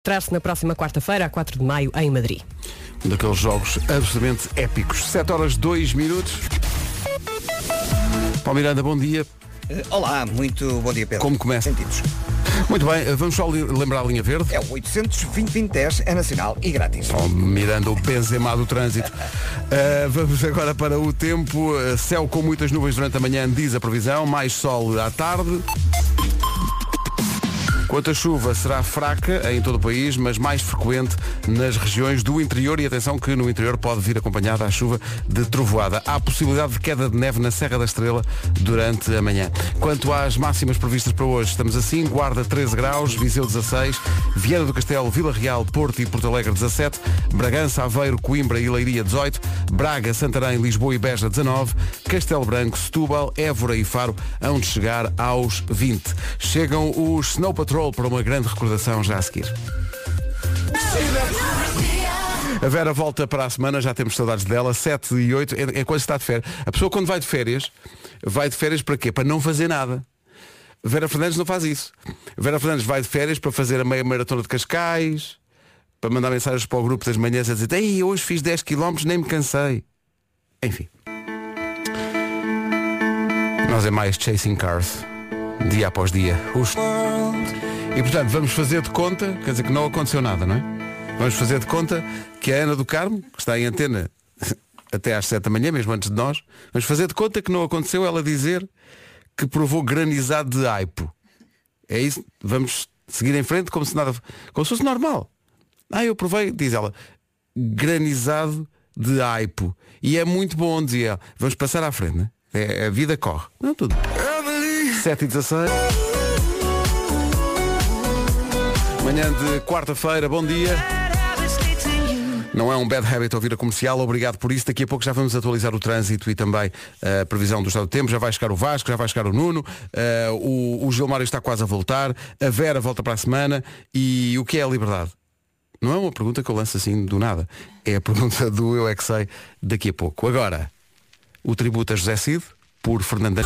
Traz-se na próxima quarta-feira, a 4 de maio, em Madrid. Um daqueles jogos absolutamente épicos. 7h02. Paulo Miranda, bom dia. Olá, muito bom dia, Pedro. Como começa? Sentidos. Muito bem, vamos só lembrar a linha verde. É o 800-2020-10, é nacional e grátis. Paulo Miranda, o Benzema do trânsito. Vamos agora para o tempo. Céu com muitas nuvens durante a manhã, diz a previsão. Mais sol à tarde. Quanto à chuva, será fraca em todo o país, mas mais frequente nas regiões do interior. E atenção que no interior pode vir acompanhada a chuva de trovoada. Há possibilidade de queda de neve na Serra da Estrela durante a manhã. Quanto às máximas previstas para hoje, estamos assim: Guarda 13 graus, Viseu 16, Viana do Castelo, Vila Real, Porto e Porto Alegre 17, Bragança, Aveiro, Coimbra e Leiria 18, Braga, Santarém, Lisboa e Beja 19, Castelo Branco, Setúbal, Évora e Faro hão de chegar aos 20. Chegam os Snow Patrol para uma grande recordação já a seguir. A Vera volta para a semana, já temos saudades dela, 7 e 8, é quando está de férias. A pessoa quando vai de férias para quê? Para não fazer nada. Vera Fernandes não faz isso. Vera Fernandes vai de férias para fazer a meia maratona de Cascais, para mandar mensagens para o grupo das manhãs a dizer: ei, hoje fiz 10 km, nem me cansei. Enfim. Nós é mais chasing cars, dia após dia. E portanto vamos fazer de conta, quer dizer que não aconteceu nada, não é? Vamos fazer de conta que a Ana do Carmo, que está em antena até às 7 da manhã, mesmo antes de nós, vamos fazer de conta que não aconteceu ela dizer que provou granizado de aipo. É isso? Vamos seguir em frente como se fosse normal. Eu provei, diz ela, granizado de aipo. E é muito bom, dizia ela. Vamos passar à frente, não é? A vida corre. Não, tudo. 7h16. Manhã de quarta-feira, bom dia. Não é um bad habit ouvir a comercial, obrigado por isso. Daqui a pouco já vamos atualizar o trânsito e também a previsão do estado do tempo. Já vai chegar o Vasco, já vai chegar o Nuno, o Gilmário está quase a voltar, a Vera volta para a semana. E o que é a liberdade? Não é uma pergunta que eu lanço assim do nada. É a pergunta do Eu É Que Sei daqui a pouco. Agora, o tributo a José Cid, por Fernando.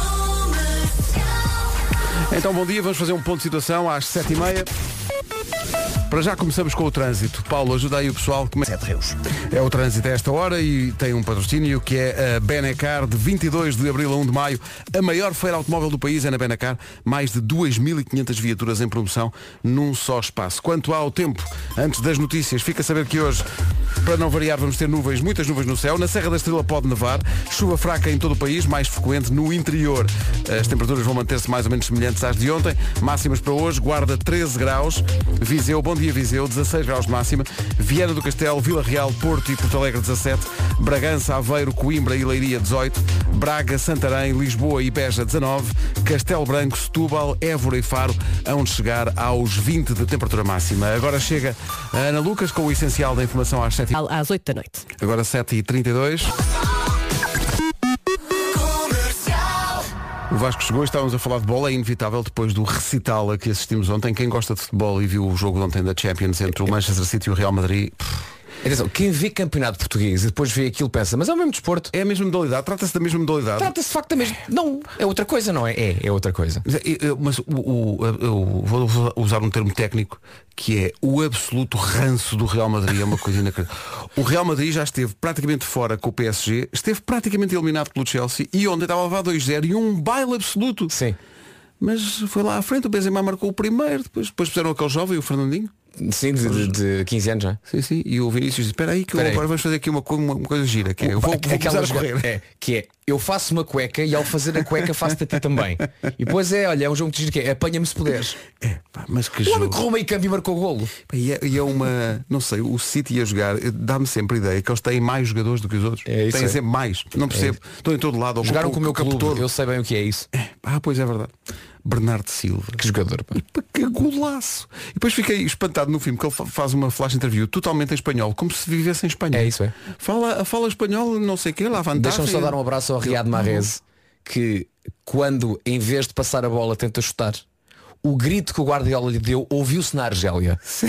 Então bom dia, vamos fazer um ponto de situação às 7h30. Para já começamos com o trânsito. Paulo, ajuda aí o pessoal. Sete Rios. É o trânsito a esta hora e tem um patrocínio que é a Benacar, de 22 de abril a 1 de maio. A maior feira automóvel do país é na Benacar. Mais de 2.500 viaturas em promoção num só espaço. Quanto ao tempo, antes das notícias, fica a saber que hoje, para não variar, vamos ter nuvens, muitas nuvens no céu. Na Serra da Estrela pode nevar. Chuva fraca em todo o país, mais frequente no interior. As temperaturas vão manter-se mais ou menos semelhantes às de ontem. Máximas para hoje, Guarda 13 graus. Viseu, bom dia Viseu, 16 graus de máxima. Viana do Castelo, Vila Real, Porto e Porto Alegre 17. Bragança, Aveiro, Coimbra e Leiria 18. Braga, Santarém, Lisboa e Beja 19. Castelo Branco, Setúbal, Évora e Faro hão de chegar aos 20 de temperatura máxima. Agora chega a Ana Lucas com o essencial da informação às 7h. Às 8 da noite. Agora 7h32. O Vasco chegou e estávamos a falar de bola. É inevitável, depois do recital a que assistimos ontem. Quem gosta de futebol e viu o jogo de ontem da Champions entre o Manchester City e o Real Madrid... Atenção, quem vê campeonato português e depois vê aquilo pensa, mas é o mesmo desporto. É a mesma modalidade, trata-se da mesma modalidade. Trata-se de facto da mesma. Não, é outra coisa, não é? É outra coisa. Mas eu vou usar um termo técnico que é o absoluto ranço do Real Madrid. É uma coisa inacreditável. O Real Madrid já esteve praticamente fora com o PSG, esteve praticamente eliminado pelo Chelsea e ontem estava a levar 2-0 e um baile absoluto. Sim. Mas foi lá à frente, o Benzema marcou o primeiro, depois puseram aquele jovem, o Fernandinho. Sim, de 15 anos já. Sim, e o Vinícius disse, espera aí que agora vamos fazer aqui uma coisa gira, que é, eu vou começar a correr. Eu faço uma cueca e ao fazer a cueca faço-te a ti também. E depois é um jogo de giro que é apanha-me se puderes. Mas que o jogo. homem correu meio campo e marcou o golo. E é uma, não sei, o City a jogar, dá-me sempre a ideia que eles têm mais jogadores do que os outros. Têm sempre mais. Não percebo. Estão em todo lado. Jogaram com o meu clube todo. Eu sei bem o que é isso. Pois é verdade. Bernardo Silva. Que jogador, pá. Que golaço. E depois fiquei espantado no filme que ele faz uma flash interview totalmente em espanhol, como se vivesse em Espanha. É isso, é. Fala espanhol, não sei o quê, lá vantagem. Deixa-me só dar um abraço ao Riyad Mahrez, que quando, em vez de passar a bola, tenta chutar, o grito que o Guardiola lhe deu ouviu-se na Argélia. Sim.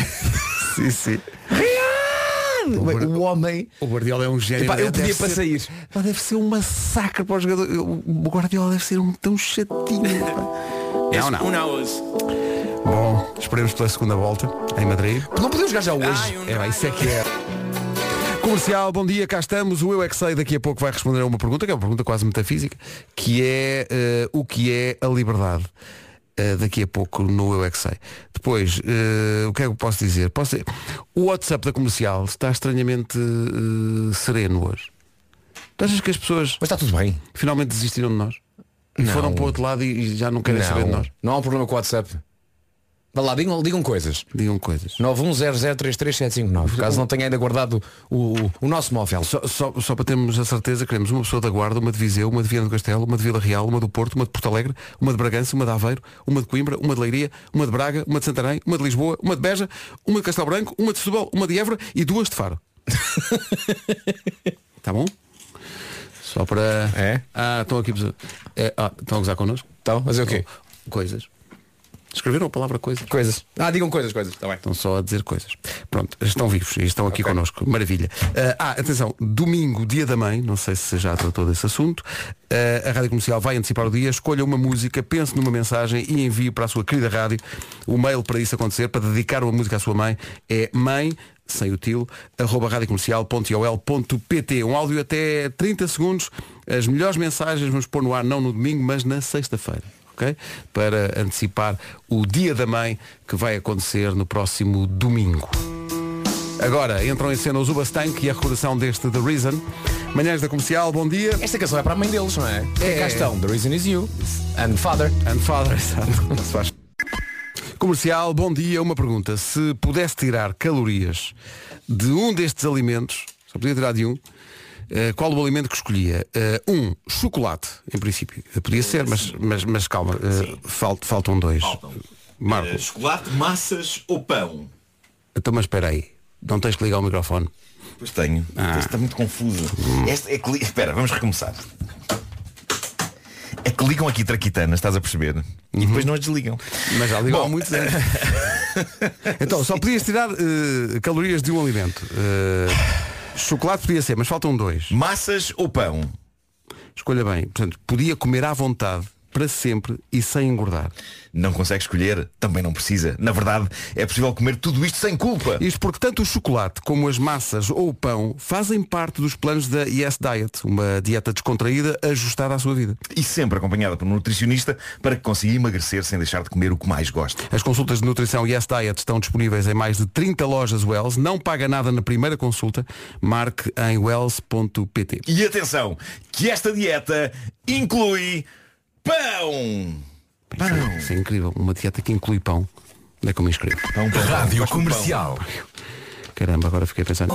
O homem. O Guardiola é um gênio. Eu pedia para sair. Deve ser um massacre para o jogador. O Guardiola deve ser tão chatinho. Não. Bom, esperemos pela segunda volta em Madrid. Não podemos jogar já hoje. Isso é que é. Comercial, bom dia, cá estamos. O Eu é que Sei daqui a pouco vai responder a uma pergunta, que é uma pergunta quase metafísica, que é o que é a liberdade. Daqui a pouco no Eu é que Sei. Depois, o que é que eu posso dizer? O WhatsApp da Comercial está estranhamente sereno hoje. Tu achas que as pessoas Mas está tudo bem. finalmente desistiram de nós? E Não. foram para o outro lado e já não querem saber de nós? Não há um problema com o WhatsApp. Vá lá, digam coisas. Digam coisas. 910033759. Caso não tenha ainda guardado o nosso móvel. Só para termos a certeza, queremos uma pessoa da Guarda, uma de Viseu, uma de Viana do Castelo, uma de Vila Real, uma do Porto, uma de Porto Alegre, uma de Bragança, uma de Aveiro, uma de Coimbra, uma de Leiria, uma de Braga, uma de Santarém, uma de Lisboa, uma de Beja, uma de Castelo Branco, uma de Setúbal, uma de Évora e 2 de Faro. Tá bom? Só para... É? Estão aqui... estão a gozar connosco? Então, mas é o quê? Coisas. Escreveram a palavra coisas. Coisas. Digam coisas. Está bem. Estão só a dizer coisas. Pronto, estão vivos e estão aqui connosco. Maravilha. Atenção, domingo, dia da mãe, não sei se já tratou desse assunto. A Rádio Comercial vai antecipar o dia, escolha uma música, pense numa mensagem e envie para a sua querida rádio. O mail para isso acontecer, para dedicar uma música à sua mãe, é mãe, sem o til, @radiocomercial.ol.pt. Um áudio até 30 segundos. As melhores mensagens vamos pôr no ar não no domingo, mas na sexta-feira. Okay? Para antecipar o Dia da Mãe que vai acontecer no próximo domingo. Agora entram em cena os Ubastank e a recordação deste The Reason. Manhãs da Comercial, bom dia. Esta canção é para a mãe deles, não é? Cá estão. The Reason Is You. And Father. Exato. Comercial, bom dia. Uma pergunta. Se pudesse tirar calorias de um destes alimentos, só podia tirar de um, qual o alimento que escolhia? Chocolate, em princípio. Podia ser, mas calma, faltam 2. Marco. Chocolate, massas ou pão? Então, mas espera aí, não tens que ligar o microfone? Pois tenho. Isto está muito confuso. Espera, vamos recomeçar. É que ligam aqui traquitanas, estás a perceber? E depois não as desligam. Mas já ligam há muitos anos. Então, só podias tirar calorias de um alimento. Chocolate podia ser, mas faltam 2. Massas ou pão? Escolha bem. Portanto, podia comer à vontade, para sempre e sem engordar. Não consegue escolher? Também não precisa. Na verdade, é possível comer tudo isto sem culpa. Isto porque tanto o chocolate como as massas ou o pão fazem parte dos planos da Yes Diet, uma dieta descontraída ajustada à sua vida. E sempre acompanhada por um nutricionista para que consiga emagrecer sem deixar de comer o que mais gosta. As consultas de nutrição Yes Diet estão disponíveis em mais de 30 lojas Wells. Não paga nada na primeira consulta. Marque em wells.pt. E atenção, que esta dieta inclui pão. Isso é incrível. Uma dieta que inclui pão. Onde é que eu me inscrevo? Pão. Rádio Comercial. Caramba, agora fiquei pensando.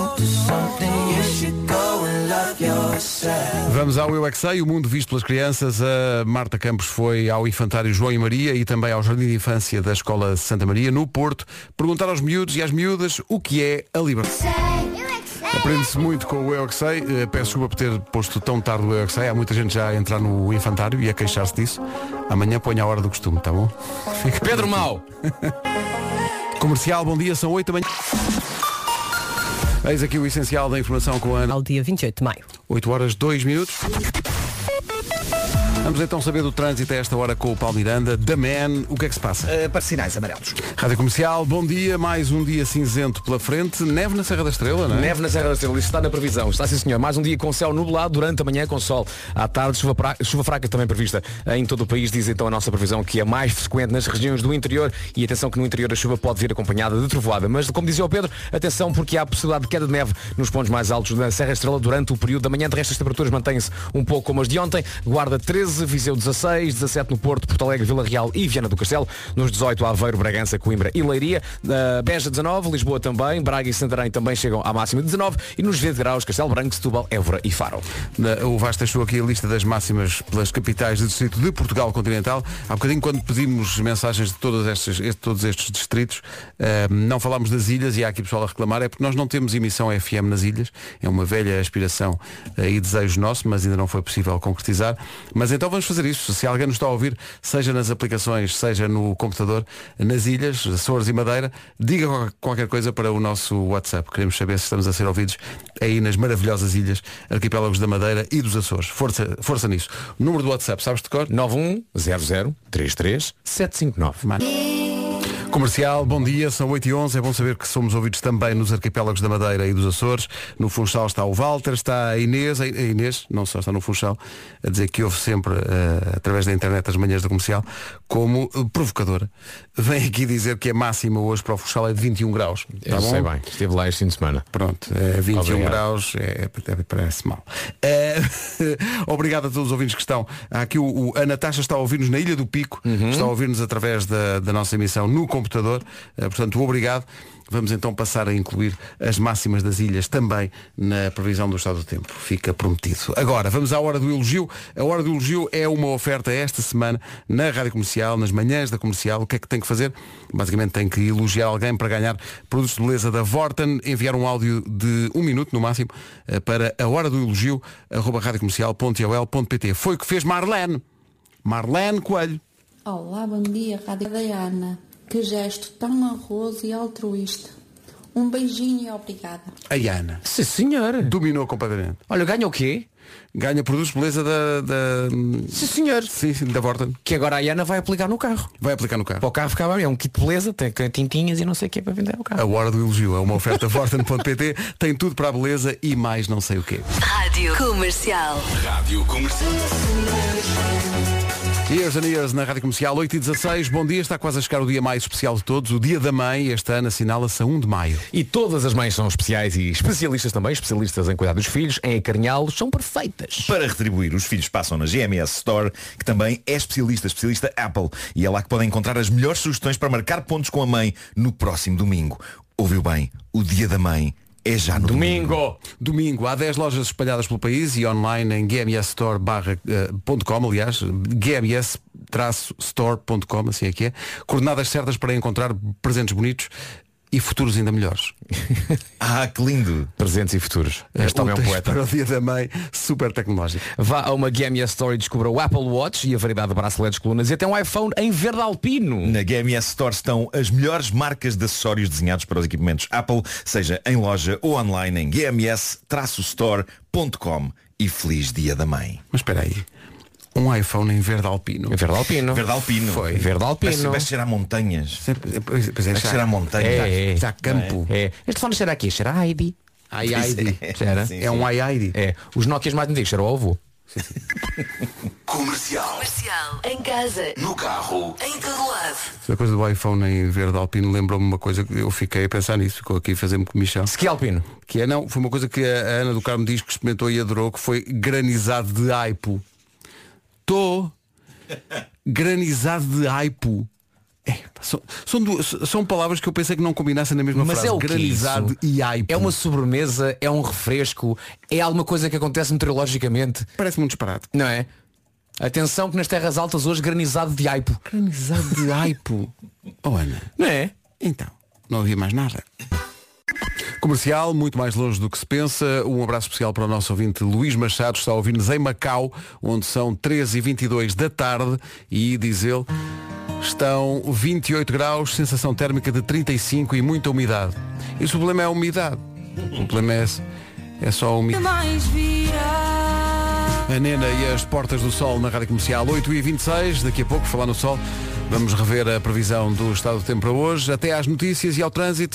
Vamos ao Eu é que Sei, o mundo visto pelas crianças. A Marta Campos foi ao Infantário João e Maria e também ao Jardim de Infância da Escola Santa Maria, no Porto, perguntar aos miúdos e às miúdas o que é a liberdade. Aprende-se muito com o Eu é que Sei. Peço desculpa por ter posto tão tarde o Eu é que Sei. Há muita gente já a entrar no Infantário e a queixar-se disso. Amanhã ponha a hora do costume, tá bom? Pedro Mau. Comercial, bom dia, são 8 da manhã. Eis aqui o essencial da informação com a Ana. Ao dia 28 de maio. 8 horas, 2 minutos. Vamos então saber do trânsito a esta hora com o Paulo Miranda. Da Man, o que é que se passa? Para sinais amarelos. Rádio Comercial, bom dia, mais um dia cinzento pela frente. Neve na Serra da Estrela, não é? Neve na Serra da Estrela, isso está na previsão. Está sim, senhor. Mais um dia com céu nublado, durante a manhã com sol. À tarde, chuva fraca também prevista em todo o país. Diz então a nossa previsão que é mais frequente nas regiões do interior. E atenção que no interior a chuva pode vir acompanhada de trovoada. Mas, como dizia o Pedro, atenção porque há a possibilidade de queda de neve nos pontos mais altos da Serra da Estrela durante o período da manhã. De resto, as temperaturas mantêm-se um pouco como as de ontem. Guarda 13, Viseu 16, 17 no Porto, Porto Alegre, Vila Real e Viana do Castelo. Nos 18, Aveiro, Bragança, Coimbra e Leiria. Beja 19, Lisboa também, Braga e Santarém também chegam à máxima de 19. E nos 20 graus, Castelo Branco, Setúbal, Évora e Faro. O Vasco deixou aqui a lista das máximas pelas capitais do distrito de Portugal continental. Há bocadinho, quando pedimos mensagens de todos estes distritos, não falámos das ilhas e há aqui pessoal a reclamar. É porque nós não temos emissão FM nas ilhas. É uma velha aspiração e desejo nosso, mas ainda não foi possível concretizar. Mas então vamos fazer isso. Se alguém nos está a ouvir, seja nas aplicações, seja no computador, nas ilhas, Açores e Madeira, diga qualquer coisa para o nosso WhatsApp. Queremos saber se estamos a ser ouvidos aí nas maravilhosas ilhas, arquipélagos da Madeira e dos Açores. Força nisso. O número do WhatsApp, sabes de cor? 910033 759. Comercial, bom dia, são 8h11. É bom saber que somos ouvidos também nos arquipélagos da Madeira e dos Açores. No Funchal está o Walter, está a Inês. A Inês não só está no Funchal, a dizer que ouve sempre, através da internet, as manhãs da Comercial, como provocadora. Vem aqui dizer que a máxima hoje para o Funchal é de 21 graus. Tá Eu bom? sei bem, estive lá este fim de semana. Pronto, 21 Obrigado. graus, parece mal. Obrigado a todos os ouvintes que estão. Há aqui a Natasha está a ouvir-nos na Ilha do Pico, está a ouvir-nos através da nossa emissão no computador, portanto, obrigado. Vamos então passar a incluir as máximas das ilhas também na previsão do estado do tempo. Fica prometido. Agora, vamos à hora do elogio. A hora do elogio é uma oferta esta semana na Rádio Comercial, nas manhãs da Comercial. O que é que tem que fazer? Basicamente tem que elogiar alguém para ganhar produtos de beleza da Vorten, enviar um áudio de 1 minuto no máximo para a hora do elogio @radiocomercial.ol.pt. Foi o que fez Marlene Coelho. Olá, bom dia, Rádio da Ana. Que gesto tão arroso e altruísta. Um beijinho e obrigada. A Ana Sim, senhor. dominou completamente. Olha, ganha o quê? Ganha produtos de beleza Sim, senhor. Sim, da Vorten. Que agora a Ana vai aplicar no carro. Vai aplicar no carro. Para o carro ficar bem, é um kit de beleza, tem tintinhas e não sei o que para vender o carro. A hora do elogio é uma oferta Vorten.pt. Tem tudo para a beleza e mais não sei o quê. Rádio Comercial. Years and Years na Rádio Comercial, 8h16. Bom dia, está quase a chegar o dia mais especial de todos. O Dia da Mãe, este ano assinala-se a 1 de maio. E todas as mães são especiais e especialistas também, especialistas em cuidar dos filhos, em acarinhá-los, são perfeitas. Para retribuir, os filhos passam na GMS Store, que também é especialista Apple. E é lá que podem encontrar as melhores sugestões para marcar pontos com a mãe no próximo domingo. Ouviu bem? O Dia da Mãe é já no domingo. Domingo, há 10 lojas espalhadas pelo país e online em gmsstore.com, aliás, gms-store.com, assim é que é. Coordenadas certas para encontrar presentes bonitos e futuros ainda melhores. Ah, que lindo! Presentes e futuros. Este homem é um Úteis poeta. para o Dia da Mãe, super tecnológico. Vá a uma GMS Store e descubra o Apple Watch e a variedade de braceletes, colunas e até um iPhone em verde alpino. Na GMS Store estão as melhores marcas de acessórios desenhados para os equipamentos Apple, seja em loja ou online em gms-store.com. E feliz Dia da Mãe. Mas espera aí, um iPhone em verde alpino. Em verde alpino. Verde alpino. Foi. Verde alpino. Parece cheirar a montanhas. Pois é, Parece cheirar a montanhas. já campo. É. Este fone cheira aqui, cheira a Heidi. iAid. Cheira. Sim, É um iAid. É. Os Nokias mais antigos, cheira o avô. Comercial. Em casa. No carro. Em todo lado. A coisa do iPhone em verde alpino lembrou-me uma coisa que eu fiquei a pensar nisso, ficou aqui a fazer-me comichão. Ski alpino. Que é, não, foi uma coisa que a Ana do Carmo diz que experimentou e adorou, que foi granizado de aipo. Granizado de aipo. São palavras que eu pensei que não combinassem na mesma Mas frase. é o que granizado isso? e aipo. É uma sobremesa, é um refresco, é alguma coisa que acontece meteorologicamente, Parece-me um disparate. não é? Atenção que nas terras altas hoje granizado de aipo. Granizado de aipo. Oh Ana, Não é? então, não havia mais nada. Comercial, muito mais longe do que se pensa. Um abraço especial para o nosso ouvinte Luís Machado, está a ouvir-nos em Macau, onde são 13h22 da tarde e, diz ele, estão 28 graus, sensação térmica de 35 e muita umidade. E o problema é a umidade. O problema é só a umidade. A Nena e as Portas do Sol na Rádio Comercial, 8h26, daqui a pouco, falar no sol, vamos rever a previsão do estado do tempo para hoje, até às notícias e ao trânsito.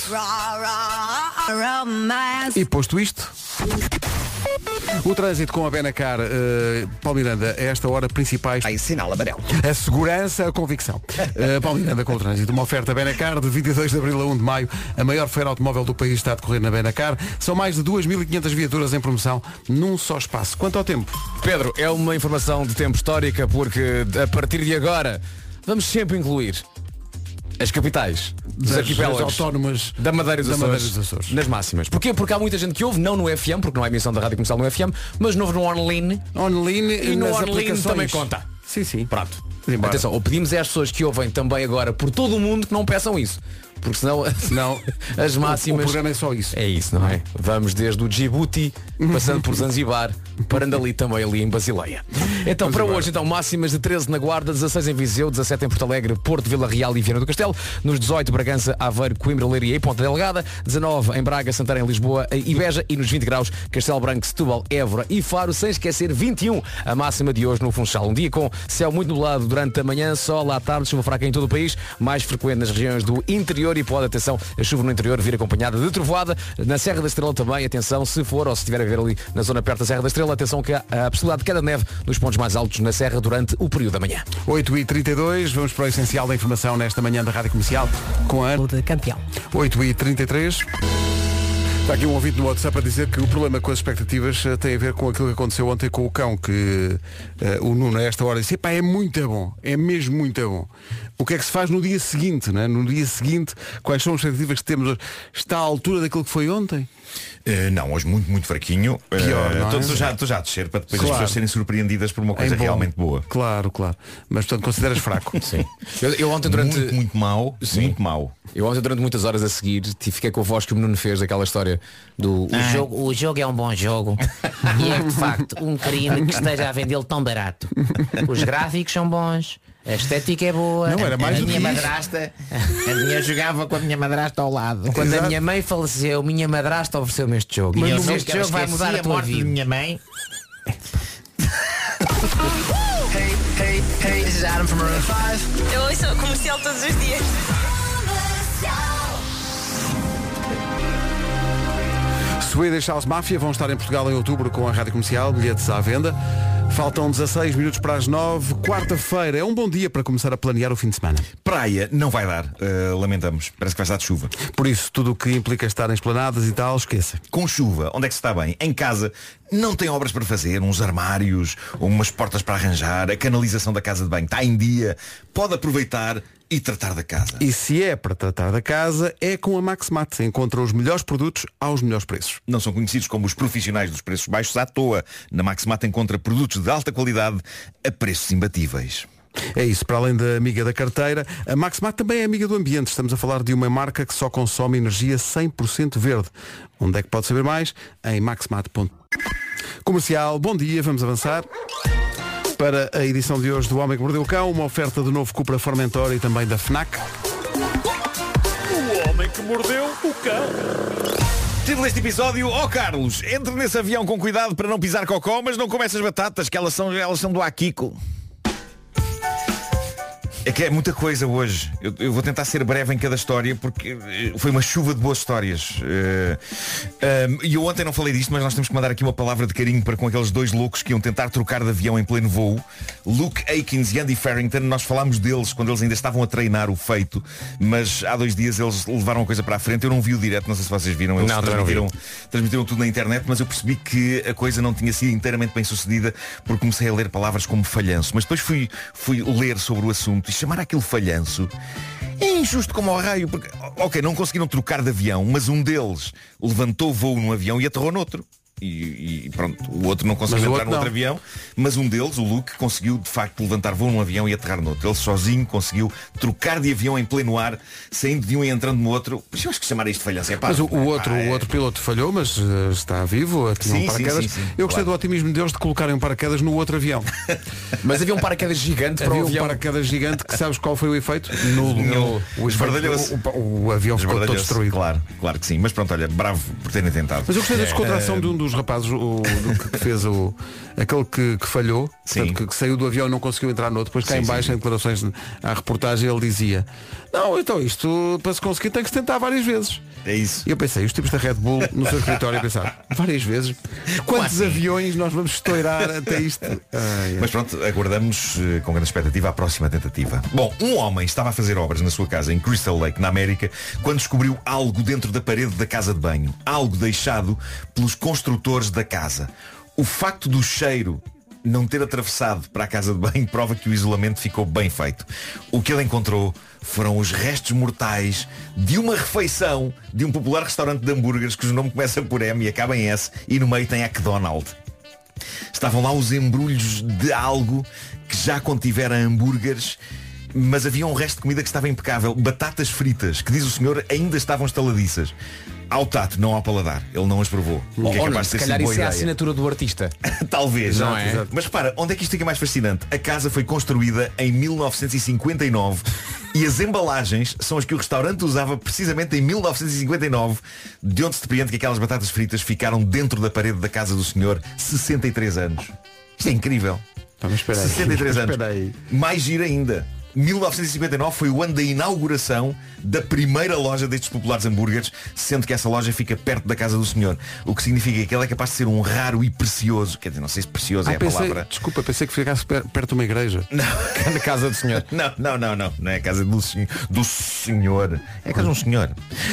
E posto isto, o trânsito com a Benacar, Paulo Miranda, a esta hora principais. Aí, sinal amarelo. A segurança, a convicção. Paulo Miranda com o trânsito. Uma oferta Benacar de 22 de abril a 1 de maio. A maior feira automóvel do país está a decorrer na Benacar. São mais de 2.500 viaturas em promoção num só espaço. Quanto ao tempo? Pedro, é uma informação de tempo histórica porque a partir de agora vamos sempre incluir as capitais dos Das arquipélagos autónomas da Madeira e dos da Madeira Açores, e dos Açores. nas máximas. Porquê? Porque há muita gente que ouve, não no FM, porque não há emissão da Rádio Comercial no FM, mas no online. Online E no nas online aplicações. também conta. Sim, sim. Pronto. Embora. Atenção, ou pedimos às pessoas que ouvem também agora por todo o mundo que não peçam isso. porque senão as máximas... O programa é só isso. É isso, não é? Vamos desde o Djibouti, passando por Zanzibar, parando ali em Basileia. Então para hoje, máximas de 13 na Guarda, 16 em Viseu, 17 em Porto Alegre, Porto, Vila Real e Viana do Castelo, nos 18 Bragança, Aveiro, Coimbra, Leiria e Ponta Delgada, 19 em Braga, Santarém, Lisboa e Beja, e nos 20 graus Castelo Branco, Setúbal, Évora e Faro, sem esquecer 21 a máxima de hoje no Funchal. Um dia com céu muito nublado durante a manhã, sol à tarde, chuva fraca em todo o país, mais frequente nas regiões do interior e pode, atenção, a chuva no interior vir acompanhada de trovoada. Na Serra da Estrela também, atenção, se for ou se estiver a ver ali na zona perto da Serra da Estrela, atenção que há a possibilidade de queda de neve nos pontos mais altos na Serra durante o período da manhã. 8h32, vamos para o essencial da informação nesta manhã da Rádio Comercial com a de campeão. 8h33. Está aqui um ouvinte no WhatsApp a dizer que o problema com as expectativas tem a ver com aquilo que aconteceu ontem com o cão, que o Nuno a esta hora disse, é muito bom, é mesmo muito bom. O que é que se faz no dia seguinte, né? No dia seguinte, quais são as expectativas que temos hoje? Está à altura daquilo que foi ontem? Não, hoje muito fraquinho. Pior, Estou já a descer para depois as pessoas serem surpreendidas por uma coisa realmente boa. Claro. Mas portanto consideras fraco? Sim. Eu ontem durante... Muito mau. Eu ontem durante muitas horas a seguir fiquei com a voz que o Nuno fez daquela história do o jogo é um bom jogo e é de facto um crime que esteja a vendê-lo tão barato. Os gráficos são bons, a estética é boa. Não, era mais a minha madrasta, eu jogava com a minha madrasta ao lado. Quando a minha mãe faleceu, minha madrasta ofereceu-me este jogo. E este jogo vai mudar a tua vida. Minha mãe. Hey, this is Adam from Maroon 5. Eu ouço o Comercial todos os dias. Swedish House Mafia vão estar em Portugal em outubro com a Rádio Comercial, bilhetes à venda. Faltam 16 minutos para as 9, quarta-feira. É um bom dia para começar a planear o fim de semana. Praia não vai dar, lamentamos. Parece que vai estar de chuva. Por isso, tudo o que implica estar em esplanadas e tal, esqueça. Com chuva, onde é que se está bem? Em casa, não tem obras para fazer, uns armários, umas portas para arranjar, a canalização da casa de banho está em dia, pode aproveitar e tratar da casa. E se é para tratar da casa, é com a Maxmat. Encontra os melhores produtos aos melhores preços. Não são conhecidos como os profissionais dos preços baixos à toa. Na Maxmat encontra produtos de alta qualidade a preços imbatíveis. É isso, para além da amiga da carteira, a Maxmat também é amiga do ambiente. Estamos a falar de uma marca que só consome energia 100% verde. Onde é que pode saber mais? Em maxmat.com. Comercial, bom dia, vamos avançar para a edição de hoje do Homem que Mordeu o Cão, uma oferta do novo Cupra Formentor e também da FNAC. O Homem que Mordeu o Cão. Título deste episódio, Carlos, entre nesse avião com cuidado para não pisar cocó, mas não come essas batatas, que elas são do Akiko. É que é muita coisa hoje. Eu vou tentar ser breve em cada história porque foi uma chuva de boas histórias. E eu ontem não falei disto, mas nós temos que mandar aqui uma palavra de carinho para com aqueles dois loucos que iam tentar trocar de avião em pleno voo. Luke Aikins e Andy Farrington. Nós falámos deles quando eles ainda estavam a treinar o feito, mas há 2 dias eles levaram a coisa para a frente. Eu não vi o direto, não sei se vocês viram. Eles transmitiram tudo na internet, mas eu percebi que a coisa não tinha sido inteiramente bem sucedida porque comecei a ler palavras como falhanço. Mas depois fui ler sobre o assunto e chamar aquilo falhanço é injusto como ao raio, porque, ok, não conseguiram trocar de avião, mas um deles levantou voo num avião e aterrou noutro. E pronto, o outro não conseguiu entrar no outro avião, mas um deles, o Luke, conseguiu de facto levantar voo num avião e aterrar no outro. Ele sozinho conseguiu trocar de avião em pleno ar, saindo de um e entrando no outro. Mas eu acho que chamar isto de falhança é pá. Mas o outro piloto falhou, mas está vivo, tinha um paraquedas. Sim, eu gostei do otimismo deles de colocarem um paraquedas no outro avião. Mas havia um paraquedas gigante para o avião. Um paraquedas gigante que sabes qual foi o efeito? O avião ficou todo destruído. Claro que sim. Mas pronto, olha, bravo por terem tentado. Mas eu gostei da descontração de um dos rapazes, que fez aquele que falhou, portanto, que saiu do avião e não conseguiu entrar no outro. Depois cá em baixo, em declarações à reportagem, ele dizia: não, então isto para se conseguir tem que se tentar várias vezes. É isso. E eu pensei, os tipos da Red Bull no seu escritório a pensar, várias vezes, quantos aviões nós vamos estourar até isto? Mas pronto, aguardamos com grande expectativa a próxima tentativa. Bom, um homem estava a fazer obras na sua casa em Crystal Lake, na América, quando descobriu algo dentro da parede da casa de banho. Algo deixado pelos construtores da casa. O facto do cheiro não ter atravessado para a casa de banho prova que o isolamento ficou bem feito. O que ele encontrou foram os restos mortais de uma refeição de um popular restaurante de hambúrgueres cujo nome começa por M e acaba em S e no meio tem McDonald's. Estavam lá os embrulhos de algo que já contivera hambúrgueres Mas havia um resto de comida que estava impecável. Batatas fritas, que diz o senhor ainda estavam estaladiças. Ao tato, não ao paladar. Ele não as provou. Que é capaz de se ter calhar sido boa isso é a ideia. assinatura do artista. Talvez, Não é? Exato. Mas repara, onde é que isto fica mais fascinante? A casa foi construída em 1959 e as embalagens são as que o restaurante usava precisamente em 1959, de onde se depreende que aquelas batatas fritas ficaram dentro da parede da casa do senhor 63 anos. Isto é incrível. Mas espera aí. 63 anos. Espera aí. Mais giro ainda. 1959 foi o ano da inauguração da primeira loja destes populares hambúrgueres, sendo que essa loja fica perto da casa do senhor. O que significa que ele é capaz de ser um raro e precioso. Quer dizer, não sei se precioso é a palavra. Desculpa, pensei que ficasse perto de uma igreja. Não. Na casa do senhor. Não é a casa do senhor. É a casa de um senhor.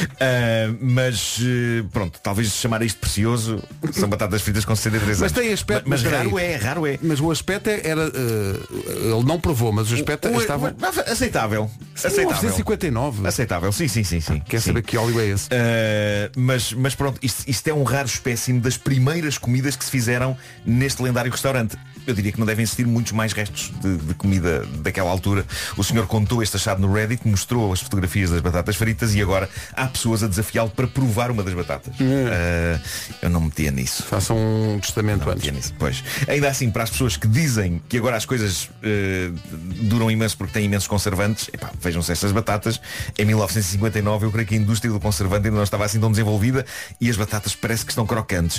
Mas pronto, talvez chamar isto precioso são batatas fritas com 63 anos. Mas tem aspecto. Mas raro é. Mas o aspecto era. Ele não provou, mas o aspecto estava. Aceitável. Sim, 1959. Aceitável, sim. Quer saber que óleo é esse? Mas pronto, isto é um raro espécime das primeiras comidas que se fizeram neste lendário restaurante. Eu diria que não devem existir muitos mais restos de comida daquela altura. O senhor contou este achado no Reddit, mostrou as fotografias das batatas fritas e agora há pessoas a desafiá-lo para provar uma das batatas. Eu não metia nisso. Façam um testamento antes. Nisso. Pois. Ainda assim, para as pessoas que dizem que agora as coisas duram imenso porque têm imensos conservantes, vejam-se estas batatas. Em 1959 eu creio que a indústria do conservante ainda não estava assim tão desenvolvida e as batatas parece que estão crocantes.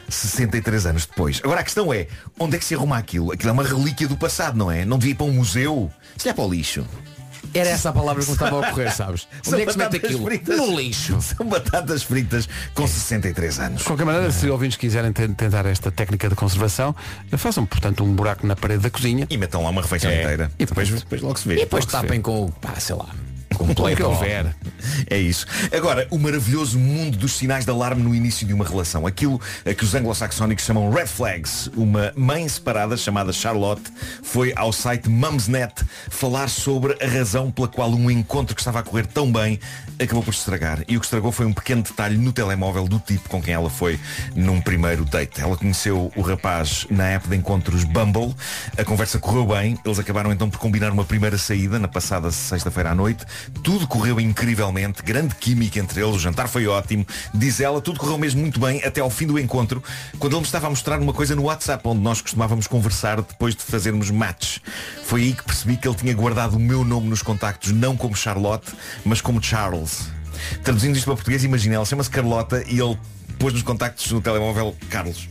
63 anos depois. Agora a questão é, onde é que se arruma aquilo? Aquilo é uma relíquia do passado, não é? Não devia ir para um museu? Se é para o lixo. Era essa a palavra que me estava a ocorrer, sabes? Onde é que se mete aquilo? Fritas. No lixo. São batatas fritas com 63 anos. De qualquer maneira, se ouvintes quiserem tentar esta técnica de conservação, façam, portanto, um buraco na parede da cozinha. E metam lá uma refeição inteira. E depois logo se vê. E depois tapem com, sei lá, com o que houver. É isso. Agora, o maravilhoso mundo dos sinais de alarme no início de uma relação. Aquilo a que os anglo-saxónicos chamam red flags. Uma mãe separada chamada Charlotte foi ao site Mumsnet falar sobre a razão pela qual um encontro que estava a correr tão bem acabou por se estragar. E o que estragou foi um pequeno detalhe no telemóvel do tipo com quem ela foi num primeiro date. Ela conheceu o rapaz na app de encontros Bumble. A conversa correu bem. Eles acabaram então por combinar uma primeira saída na passada sexta-feira à noite. Tudo correu incrivelmente, grande química entre eles, o jantar foi ótimo. Diz ela, tudo correu mesmo muito bem até ao fim do encontro, quando ele me estava a mostrar uma coisa no WhatsApp, onde nós costumávamos conversar depois de fazermos match. Foi aí que percebi que ele tinha guardado o meu nome nos contactos, não como Charlotte, mas como Charles. Traduzindo isto para português, imagina, ela chama-se Carlota e ele pôs nos contactos no telemóvel Carlos.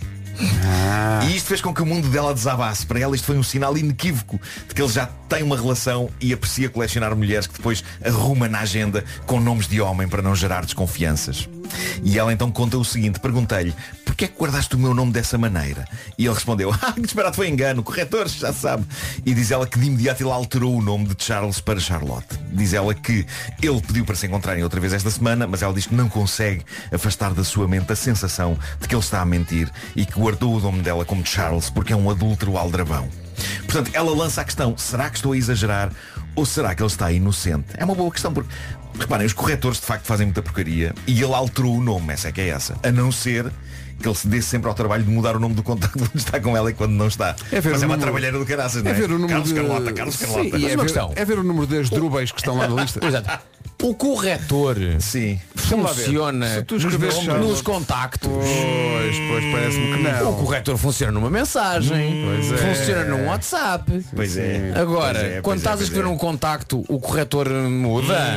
E isto fez com que o mundo dela desabasse. Para ela isto foi um sinal inequívoco de que ele já tem uma relação e aprecia colecionar mulheres que depois arruma na agenda com nomes de homem para não gerar desconfianças. E ela então conta o seguinte, perguntei-lhe, porquê é que guardaste o meu nome dessa maneira? E ele respondeu, que disparado, foi engano, corretores, já sabe. E diz ela que de imediato ele alterou o nome de Charles para Charlotte. Diz ela que ele pediu para se encontrarem outra vez esta semana, mas ela diz que não consegue afastar da sua mente a sensação de que ele está a mentir e que guardou o nome dela como Charles porque é um adúltero aldrabão. Portanto, ela lança a questão, será que estou a exagerar ou será que ele está inocente? É uma boa questão porque, reparem, os corretores de facto fazem muita porcaria e ele alterou o nome, essa é que é essa. A não ser que ele se dê sempre ao trabalho de mudar o nome do contacto quando está com ela e quando não está. Mas é uma trabalheira do caraças, não é? Ver o número Carlos Carlota, Carlos Carlota. Sim, é ver o número das drúbeis que estão lá na lista. Exato. O corretor funciona nos contactos. Pois parece-me que não. O corretor funciona numa mensagem, funciona num WhatsApp. Pois é. Agora, quando estás a escrever um contacto, o corretor muda.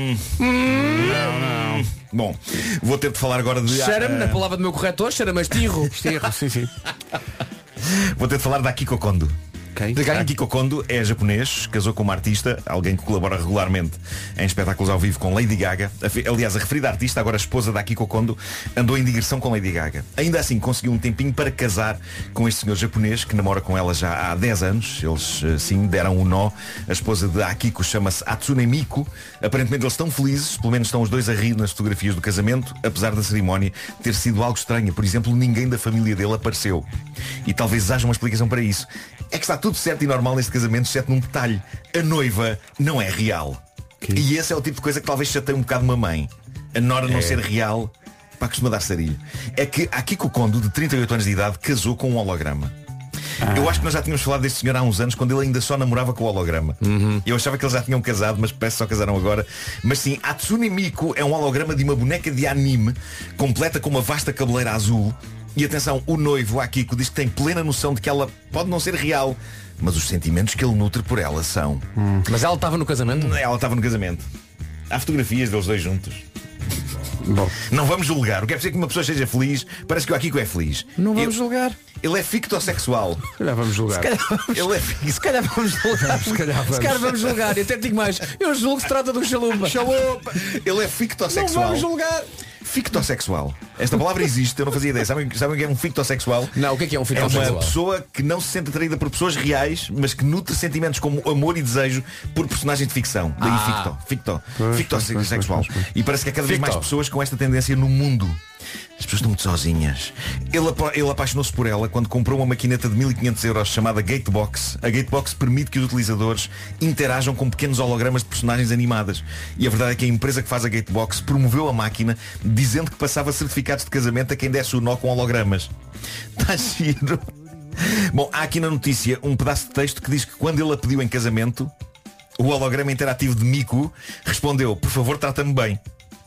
Não. Bom, vou ter de falar agora de... Cheira-me, na palavra do meu corretor, cheira-me a estirro. Sim. Vou ter de falar da Akiko Kondo. Akiko Kondo é japonês, casou com uma artista, alguém que colabora regularmente em espetáculos ao vivo com Lady Gaga. Aliás, a referida artista, agora a esposa da Akiko Kondo, andou em digressão com Lady Gaga. Ainda assim conseguiu um tempinho para casar com este senhor japonês que namora com ela já há 10 anos. Eles sim deram um nó. A esposa de Akiko chama-se Hatsune Miku. Aparentemente eles estão felizes, pelo menos estão os dois a rir nas fotografias do casamento, apesar da cerimónia ter sido algo estranha. Por exemplo, ninguém da família dele apareceu. E talvez haja uma explicação para isso. É que está tudo certo e normal neste casamento, exceto num detalhe. A noiva não é real. E esse é o tipo de coisa que talvez chateie um bocado uma mãe. A nora não ser real, costuma dar sarilho. É que a Akiko Kondo, de 38 anos de idade, casou com um holograma. Eu acho que nós já tínhamos falado deste senhor há uns anos, quando ele ainda só namorava com o holograma. Eu achava que eles já tinham casado, mas parece que só casaram agora. Mas sim, Hatsune Miku é um holograma de uma boneca de anime, completa com uma vasta cabeleira azul. E atenção, o noivo, Akiko, diz que tem plena noção de que ela pode não ser real, mas os sentimentos que ele nutre por ela são. Mas ela estava no casamento? Ela estava no casamento. Há fotografias deles dois juntos. Bom. Não vamos julgar. O que é preciso que uma pessoa seja feliz. Parece que o Akiko é feliz. Não vamos julgar. Ele é fictossexual. Se calhar vamos julgar. Se calhar vamos julgar. Se calhar vamos julgar. Eu até digo mais. Eu julgo que se trata de um chalupa. Ele é fictossexual. Não vamos julgar. Fictossexual. Esta palavra existe, eu não fazia ideia. Sabem o que é um fictossexual? Não, o que é um fictossexual? É uma pessoa que não se sente atraída por pessoas reais, mas que nutre sentimentos como amor e desejo por personagens de ficção. Daí fictossexual. E parece que há cada vez mais pessoas com esta tendência no mundo. As pessoas estão muito sozinhas. Ele apaixonou-se por ela quando comprou uma maquineta de 1500 euros chamada Gatebox. A Gatebox permite que os utilizadores interajam com pequenos hologramas de personagens animadas. E a verdade é que a empresa que faz a Gatebox promoveu a máquina dizendo que passava certificados de casamento a quem desse o nó com hologramas. Está giro. Bom, há aqui na notícia um pedaço de texto que diz que quando ele a pediu em casamento, o holograma interativo de Miku respondeu: por favor, trata-me bem.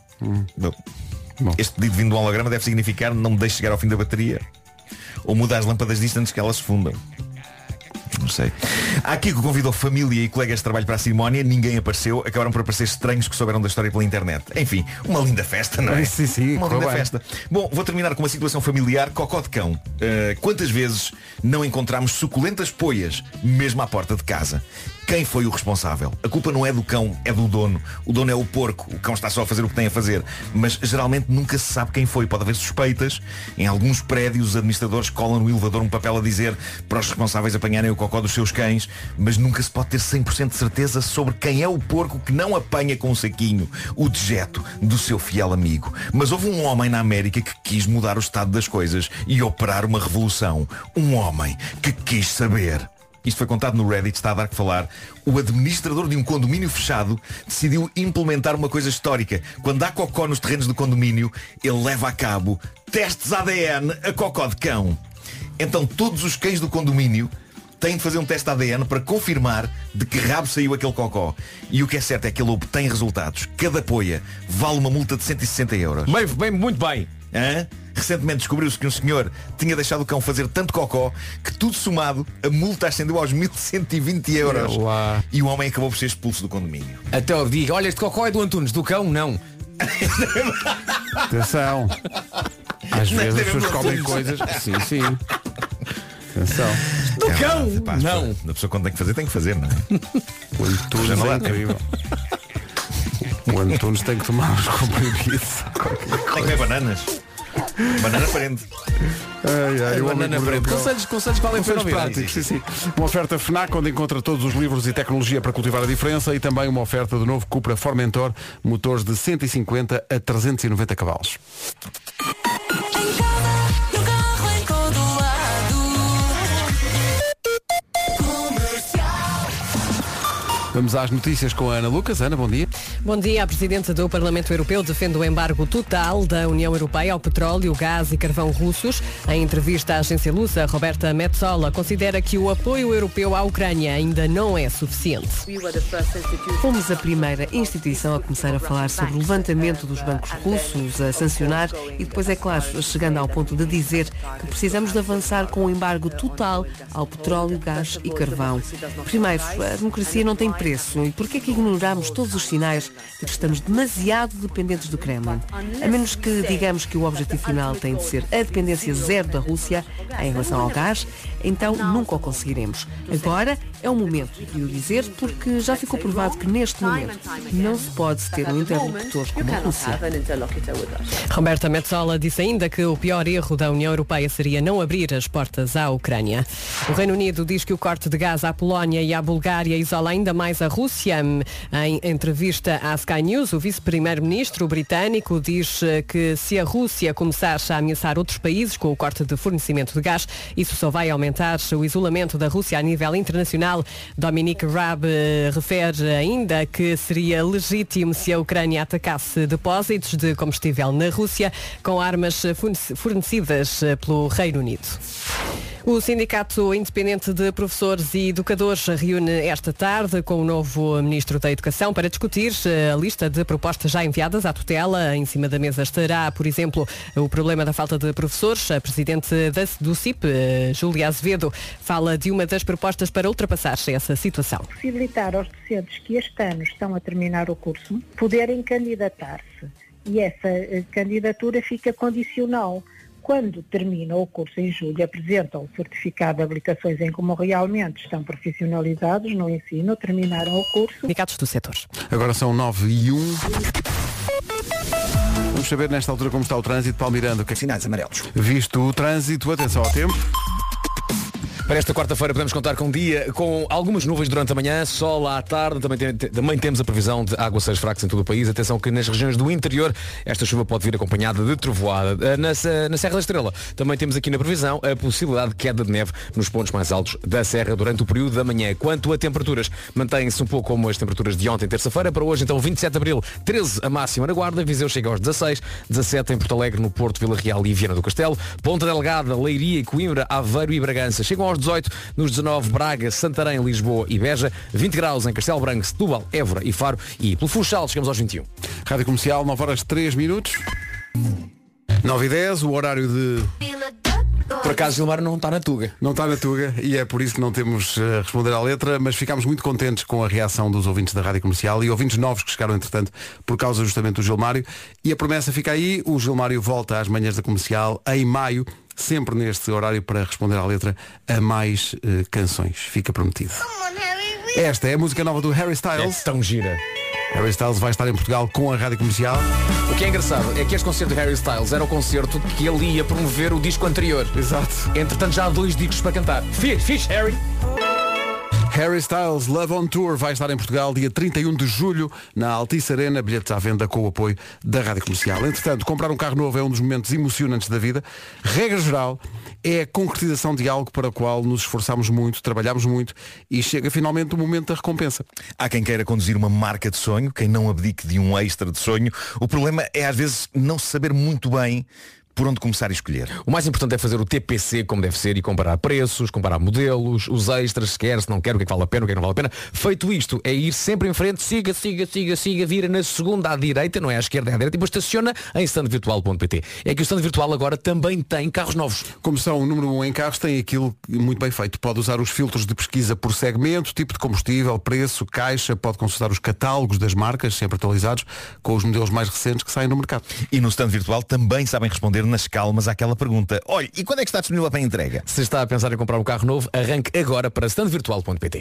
Este pedido vindo do holograma deve significar: não me deixe chegar ao fim da bateria, ou muda as lâmpadas distantes que elas se fundam. Não sei. Há aqui que convidou família e colegas de trabalho para a cerimónia. Ninguém apareceu. Acabaram por aparecer estranhos que souberam da história pela internet. Enfim, uma linda festa, não é? Sim, uma linda festa. Bom, vou terminar com uma situação familiar. Cocó de cão. Quantas vezes não encontramos suculentas poias mesmo à porta de casa? Quem foi o responsável? A culpa não é do cão, é do dono. O dono é o porco. O cão está só a fazer o que tem a fazer. Mas geralmente nunca se sabe quem foi. Pode haver suspeitas. Em alguns prédios, os administradores colam no elevador um papel a dizer para os responsáveis apanharem o cocó dos seus cães. Mas nunca se pode ter 100% de certeza sobre quem é o porco que não apanha com um saquinho o dejeto do seu fiel amigo. Mas houve um homem na América que quis mudar o estado das coisas e operar uma revolução. Um homem que quis saber. Isto foi contado no Reddit, está a dar que falar. O administrador de um condomínio fechado decidiu implementar uma coisa histórica. Quando há cocó nos terrenos do condomínio, ele leva a cabo testes ADN a cocó de cão. Então todos os cães do condomínio têm de fazer um teste ADN para confirmar de que rabo saiu aquele cocó. E o que é certo é que ele obtém resultados. Cada poia vale uma multa de 160 euros. Bem, muito bem. Recentemente descobriu-se que um senhor tinha deixado o cão fazer tanto cocó que tudo somado, a multa ascendeu aos 1120 euros. E o homem acabou por ser expulso do condomínio. Até eu digo, olha, este cocó é do Antunes, do cão não. Atenção. Às vezes as pessoas comem coisas. Sim. Atenção. Do cão! Não. A pessoa quando tem que fazer, não é? O Antunes é incrível. O Antunes tem que tomar os comprimidos. Tem que comer bananas. Banana prende. Banana prende. Conselhos valem a pena práticos, sim. Uma oferta FNAC onde encontra todos os livros e tecnologia para cultivar a diferença, e também uma oferta do novo Cupra Formentor, motores de 150 a 390 cavalos. Vamos às notícias com a Ana Lucas. Ana, bom dia. Bom dia. A Presidente do Parlamento Europeu defende o embargo total da União Europeia ao petróleo, gás e carvão russos. Em entrevista à agência Lusa, Roberta Metsola considera que o apoio europeu à Ucrânia ainda não é suficiente. Fomos a primeira instituição a começar a falar sobre o levantamento dos bancos russos, a sancionar e depois, é claro, chegando ao ponto de dizer que precisamos de avançar com o embargo total ao petróleo, gás e carvão. Primeiro, a democracia não tem preço. E por que é que ignoramos todos os sinais de que estamos demasiado dependentes do Kremlin? A menos que digamos que o objetivo final tem de ser a dependência zero da Rússia em relação ao gás, então nunca o conseguiremos. Agora é o momento de o dizer, porque já ficou provado que neste momento não se pode ter um interlocutor como a Rússia. Roberta Metsola disse ainda que o pior erro da União Europeia seria não abrir as portas à Ucrânia. O Reino Unido diz que o corte de gás à Polónia e à Bulgária isola ainda mais a Rússia. Em entrevista à Sky News, o vice-primeiro-ministro britânico diz que se a Rússia começar a ameaçar outros países com o corte de fornecimento de gás, isso só vai aumentar o isolamento da Rússia a nível internacional. Dominic Raab refere ainda que seria legítimo se a Ucrânia atacasse depósitos de combustível na Rússia com armas fornecidas pelo Reino Unido. O Sindicato Independente de Professores e Educadores reúne esta tarde com o novo Ministro da Educação para discutir a lista de propostas já enviadas à tutela. Em cima da mesa estará, por exemplo, o problema da falta de professores. A Presidente do CIP, Júlia Azevedo, fala de uma das propostas para ultrapassar essa situação. Possibilitar aos docentes que este ano estão a terminar o curso poderem candidatar-se e essa candidatura fica condicional. Quando terminam o curso em julho, apresentam o certificado de habilitações em como realmente estão profissionalizados no ensino, terminaram o curso. Sindicatos do setor. Agora são 9h01. Vamos saber nesta altura como está o trânsito. Paulo Miranda, que é sinais amarelos. Visto o trânsito, atenção ao tempo. Para esta quarta-feira podemos contar com um dia com algumas nuvens durante a manhã, sol à tarde, também temos a previsão de aguaceiros fracos em todo o país. Atenção que nas regiões do interior esta chuva pode vir acompanhada de trovoada. Na Serra da Estrela também temos aqui na previsão a possibilidade de queda de neve nos pontos mais altos da Serra durante o período da manhã. Quanto a temperaturas, mantêm-se um pouco como as temperaturas de ontem, terça-feira. Para hoje, então, 27 de Abril, 13 a máxima na Guarda, Viseu chega aos 16, 17 em Porto Alegre, no Porto, Vila Real e Viana do Castelo, Ponta Delgada, Leiria, Coimbra, Aveiro e Bragança chegam aos 18, nos 19 Braga, Santarém, Lisboa e Beja, 20 graus em Castelo Branco, Setúbal, Évora e Faro e pelo Funchal chegamos aos 21. Rádio Comercial, 9h03. 9h10, o horário de... Por acaso Gilmar não está na Tuga. Não está na Tuga e é por isso que não temos a responder à letra, mas ficámos muito contentes com a reação dos ouvintes da Rádio Comercial e ouvintes novos que chegaram entretanto por causa justamente do Gilmário. E a promessa fica aí, o Gilmário volta às manhãs da Comercial em maio, sempre neste horário para responder à letra a mais canções. Fica prometido. Esta é a música nova do Harry Styles. É tão gira. Harry Styles vai estar em Portugal com a Rádio Comercial. O que é engraçado é que este concerto de Harry Styles era o concerto que ele ia promover o disco anterior. Exato. Entretanto já há 2 discos para cantar. Fixe, Harry! Harry Styles Love on Tour vai estar em Portugal dia 31 de julho na Altice Arena, bilhetes à venda com o apoio da Rádio Comercial. Entretanto, comprar um carro novo é um dos momentos emocionantes da vida. Regra geral, é a concretização de algo para o qual nos esforçamos muito, trabalhamos muito e chega finalmente o momento da recompensa. Há quem queira conduzir uma marca de sonho, quem não abdique de um extra de sonho. O problema é às vezes não saber muito bem por onde começar a escolher. O mais importante é fazer o TPC como deve ser e comparar preços, comparar modelos, os extras, se quer, se não quer, o que é que vale a pena, o que é que não vale a pena. Feito isto, é ir sempre em frente, siga, vira na segunda à direita, não é à esquerda, é à direita, e depois estaciona em standvirtual.pt. É que o stand virtual agora também tem carros novos. Como são o número 1 em carros, tem aquilo muito bem feito. Pode usar os filtros de pesquisa por segmento, tipo de combustível, preço, caixa, pode consultar os catálogos das marcas, sempre atualizados, com os modelos mais recentes que saem no mercado. E no stand virtual também sabem responder nas calmas àquela pergunta. Olha, e quando é que está disponível para a entrega? Se está a pensar em comprar um carro novo, arranque agora para standvirtual.pt.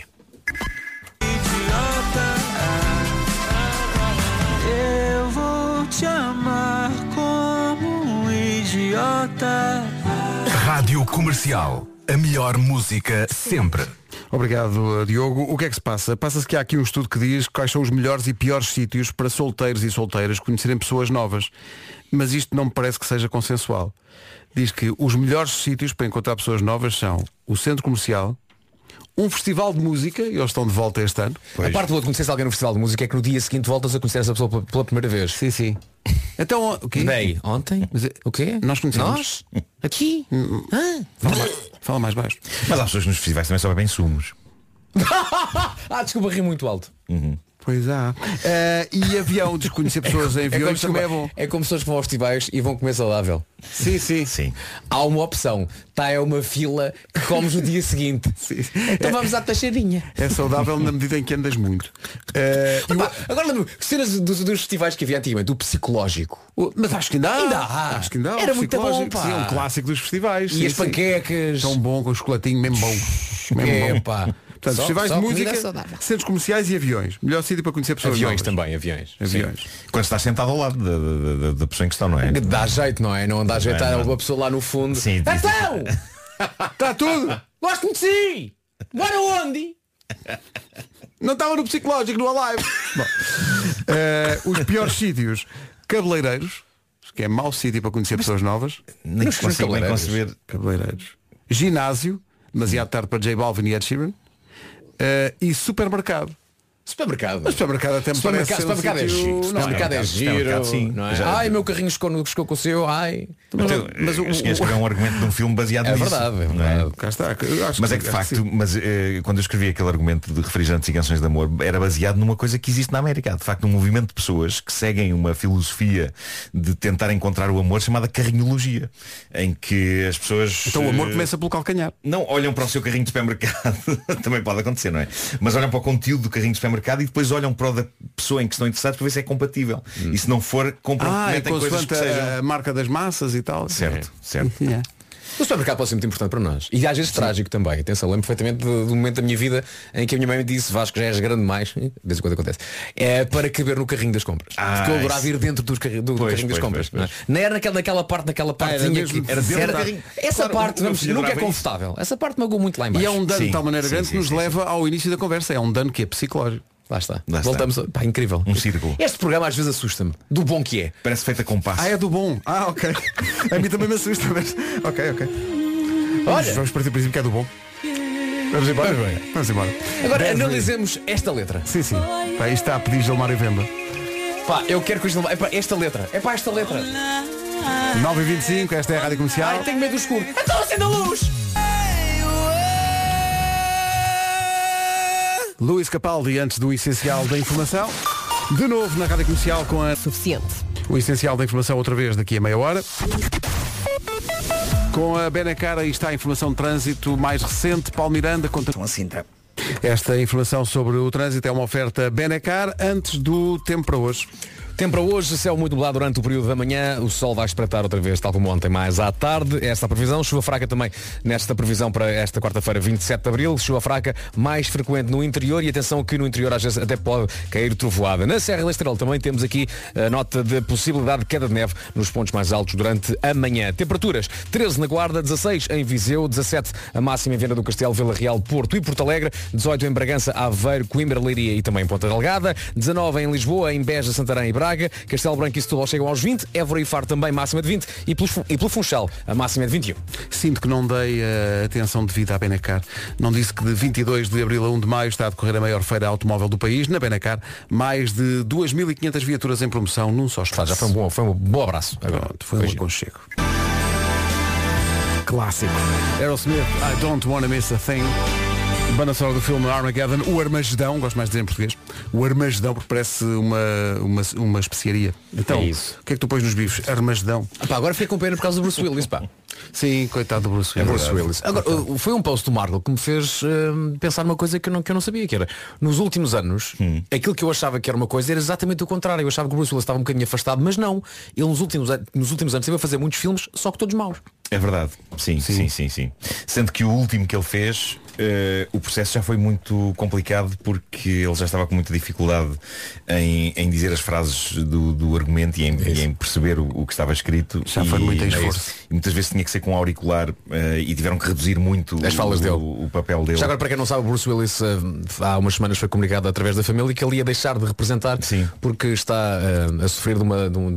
Eu vou te amar como um idiota. Rádio Comercial. A melhor música sempre. Obrigado, Diogo. O que é que se passa? Passa-se que há aqui um estudo que diz quais são os melhores e piores sítios para solteiros e solteiras conhecerem pessoas novas. Mas isto não me parece que seja consensual. Diz que os melhores sítios para encontrar pessoas novas são o centro comercial, um festival de música, e eles estão de volta este ano. A parte boa de conhecer alguém no festival de música é que no dia seguinte voltas a conhecer essa pessoa pela primeira vez. Sim, sim. Então, o quê? Bem, ontem? O quê? Nós conhecemos. Nós? Aqui? Fala mais baixo. Mas há pessoas nos festivais também só bebem sumos. Desculpa, ri muito alto. Pois há. E avião, desconhecer pessoas em aviões também é bom. É como pessoas que vão aos festivais e vão comer saudável. Sim. Há uma opção. É uma fila que comes no dia seguinte. Sim. Então vamos à taxadinha. É saudável na medida em que andas muito. Agora lembro, cenas dos festivais que havia antigamente, do psicológico. Mas acho que ainda há. Acho que ainda há. Era muito bom, pá. Sim, é um clássico dos festivais. E as panquecas. Tão bom, com o chocolatinho mesmo bom. Pá. Portanto, festivais de música, centros comerciais e aviões. Melhor sítio para conhecer pessoas aviões novas. também, aviões. Quando estás sentado ao lado da pessoa em questão, não é? Dá jeito, não é? Não dá jeito a uma pessoa lá no fundo. Sim, então! Está tudo! Gosto de si! Bora onde? Não estava no psicológico, no Alive. Bom, os piores sítios, cabeleireiros, que é mau sítio para conhecer pessoas novas. Nem consigo nem conceber. Cabeleireiros. Ginásio, demasiado tarde para J Balvin e Ed Sheeran. E supermercado. Supermercado. Mas supermercado até me parece ser um supermercado é sítio- giro. Não, Supermercado é giro. sim. Não é? Já- Ai, meu carrinho chegou com o seu. Ai. Mas o senhor escreveu um argumento de um filme baseado nisso. verdade, é não verdade. Cá está. Mas é que de facto, quando eu escrevi aquele argumento de refrigerantes e canções de amor, era baseado numa coisa que existe na América. Há, de facto, um movimento de pessoas que seguem uma filosofia de tentar encontrar o amor chamada carrinhologia, em que as pessoas... Então o amor começa pelo calcanhar. Não olham para o seu carrinho de supermercado, também pode acontecer, não é? Mas olham para o conteúdo do carrinho de supermercado e depois olham para o da pessoa em que estão interessados para ver se é compatível. E se não for, compram, metem coisas que sejam... a marca das massas e tal. Certo, certo. Yeah. O supermercado pode ser muito importante para nós. E às vezes trágico também. Atenção, lembro perfeitamente do momento da minha vida em que a minha mãe me disse: Vasco, já és grande demais, de vez em quando acontece, é para caber no carrinho das compras. Porque eu adorava ir dentro do carrinho das compras. Não era naquela partezinha que era dentro do carrinho. Essa parte nunca é confortável. Essa parte magoou muito lá em baixo. E é um dano de tal maneira grande que nos leva ao início da conversa. É um dano que é psicológico. Lá está. Voltamos. Pá, incrível. Um círculo. Este programa às vezes assusta-me. Do bom que é. Parece feita com passo. É do bom. Ok. A mim também me assusta, mas... Ok. Olha. Vamos partir do princípio que é do bom. Vamos embora? Vamos embora. Agora analisemos esta letra. Sim. Pá, isto está a pedir Gilmar e Vemba. Pá, eu quero que isto... esta letra. É para esta letra. 9h25, esta é a Rádio Comercial. Ai, tenho medo do escuro. Então acenda a luz. Luís Capaldi, antes do Essencial da Informação. De novo na Rádio Comercial com a... Suficiente. O Essencial da Informação outra vez daqui a meia hora. Com a Benacar, aí está a informação de trânsito mais recente. Paulo Miranda conta... Esta informação sobre o trânsito é uma oferta Benacar antes do tempo para hoje. Tempo para hoje, céu muito nublado durante o período da manhã, o sol vai espreitar outra vez, tal como ontem, mais à tarde. Esta previsão, chuva fraca também nesta previsão para esta quarta-feira, 27 de abril, chuva fraca mais frequente no interior e atenção que no interior às vezes até pode cair trovoada. Na Serra da Estrela também temos aqui a nota de possibilidade de queda de neve nos pontos mais altos durante a manhã. Temperaturas, 13 na Guarda, 16 em Viseu, 17 a máxima em Viana do Castelo, Vila Real, Porto e Porto Alegre, 18 em Bragança, Aveiro, Coimbra, Leiria e também Ponta Delgada, 19 em Lisboa, em Beja, Santarém e Braga, Castelo Branco e Setúbal chegam aos 20, Évora e Faro também máxima de 20 e pelo Funchal a máxima é de 21. Sinto que não dei a atenção devida à Benacar. Não disse que de 22 de abril a 1 de maio está a decorrer a maior feira automóvel do país. Na Benacar, mais de 2.500 viaturas em promoção num só espaço. Já foi um bom abraço. Agora, foi um aconchego. Clássico. Aerosmith, I Don't Wanna Miss a Thing. Banda sonora do filme Armageddon, o Armagedão, gosto mais de dizer em português, o Armagedão porque parece uma especiaria. Então, é isso. O que é que tu pões nos bifes? Armagedão. Agora fiquei com pena por causa do Bruce Willis, pá. Sim, coitado do Bruce Willis. Bruce Willis. Agora, foi um post do Marvel que me fez pensar numa coisa que eu não sabia, que era, nos últimos anos, aquilo que eu achava que era uma coisa era exatamente o contrário. Eu achava que o Bruce Willis estava um bocadinho afastado, mas não. Ele nos últimos anos teve a fazer muitos filmes, só que todos maus. É verdade. Sim. Sendo que o último que ele fez, o processo já foi muito complicado porque ele já estava com muita dificuldade em dizer as frases do argumento e em perceber o que estava escrito. Já foi muito esforço. E muitas vezes tinha que ser com auricular e tiveram que reduzir muito as falas dele. O papel dele. Já agora, para quem não sabe, o Bruce Willis há umas semanas foi comunicado através da família que ele ia deixar de representar porque está a sofrer de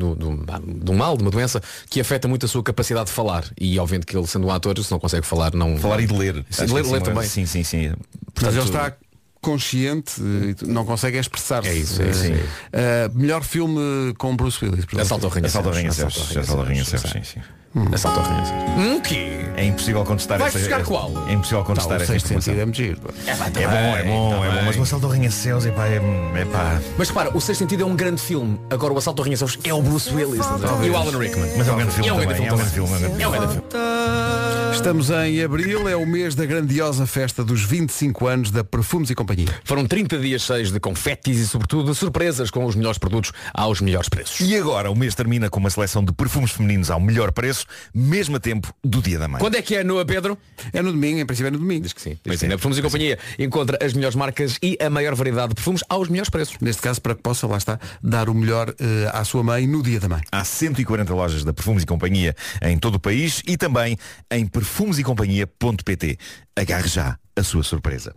um mal, de uma doença que afeta muito a sua capacidade de falar. E obviamente que ele, sendo um ator, se não consegue falar, não... Falar e de ler. Ler também. Sim. Portanto, mas ele está consciente, não consegue expressar-se. É isso. Melhor filme com Bruce Willis. Assalto ao Arranha-Céus. Sim. Assalto ao Arranha-Céus. Que é impossível contestar. Vais buscar qual? É impossível contestar essa informação. É muito giro. É bom, mas o Assalto ao Arranha-Céus é pá. Mas repara, o Sexto Sentido é um grande filme. Agora o Assalto ao Arranha-Céus é o Bruce Willis e o Alan Rickman. Mas é um grande filme também. É um grande filme. Estamos em abril, é o mês da grandiosa festa dos 25 anos da Perfumes e Companhia. Foram 30 dias cheios de confetis e sobretudo surpresas com os melhores produtos aos melhores preços. E agora o mês termina com uma seleção de perfumes femininos ao melhor preço, mesmo a tempo do Dia da Mãe. Quando é que é, Noa, Pedro? É no domingo, em princípio é no domingo. Diz que sim. Na Perfumes e Companhia encontra as melhores marcas e a maior variedade de perfumes aos melhores preços. Neste caso, para que possa, lá está, dar o melhor à sua mãe no Dia da Mãe. Há 140 lojas da Perfumes e Companhia em todo o país e também em perfumesecompanhia.pt. Agarre já a sua surpresa.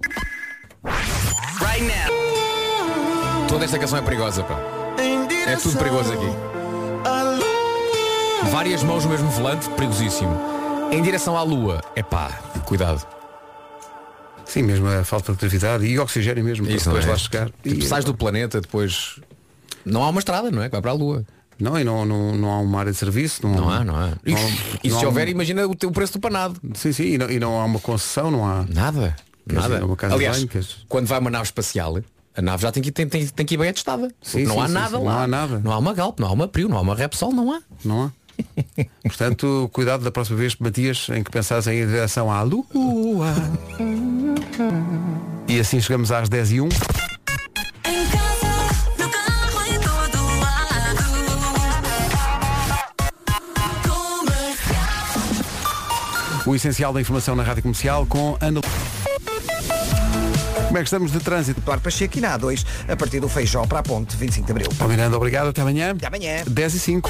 Right now. Toda esta canção é perigosa, pá. É tudo perigoso aqui. Várias mãos no mesmo volante, perigosíssimo. Em direção à lua, é pá, cuidado. Sim, mesmo a falta de gravidade e oxigênio mesmo, para depois lá chegar. Tipo, sais do planeta, depois não há uma estrada, não é? Que vai para a Lua. Não, e não há uma área de serviço. Não há. E se houver, imagina o preço do panado. Sim, e não há uma concessão, não há nada. Uma casa Aliás, de banho, quando vai uma nave espacial, a nave já tem que ir bem atestada. Não há nada lá. Não há nada. Não há uma Galp, não há uma Priu, não há uma Repsol, não há. Não há. Portanto, cuidado da próxima vez, Matias, em que pensares em ir em direção à Lua. E assim chegamos às 10h01. O essencial da informação na Rádio Comercial com Ana. Como é que estamos de trânsito? Para Pacheco e na A2, a partir do Feijó para a Ponte, 25 de Abril. Paulo Miranda, obrigado. Até amanhã. Até amanhã. 10h05.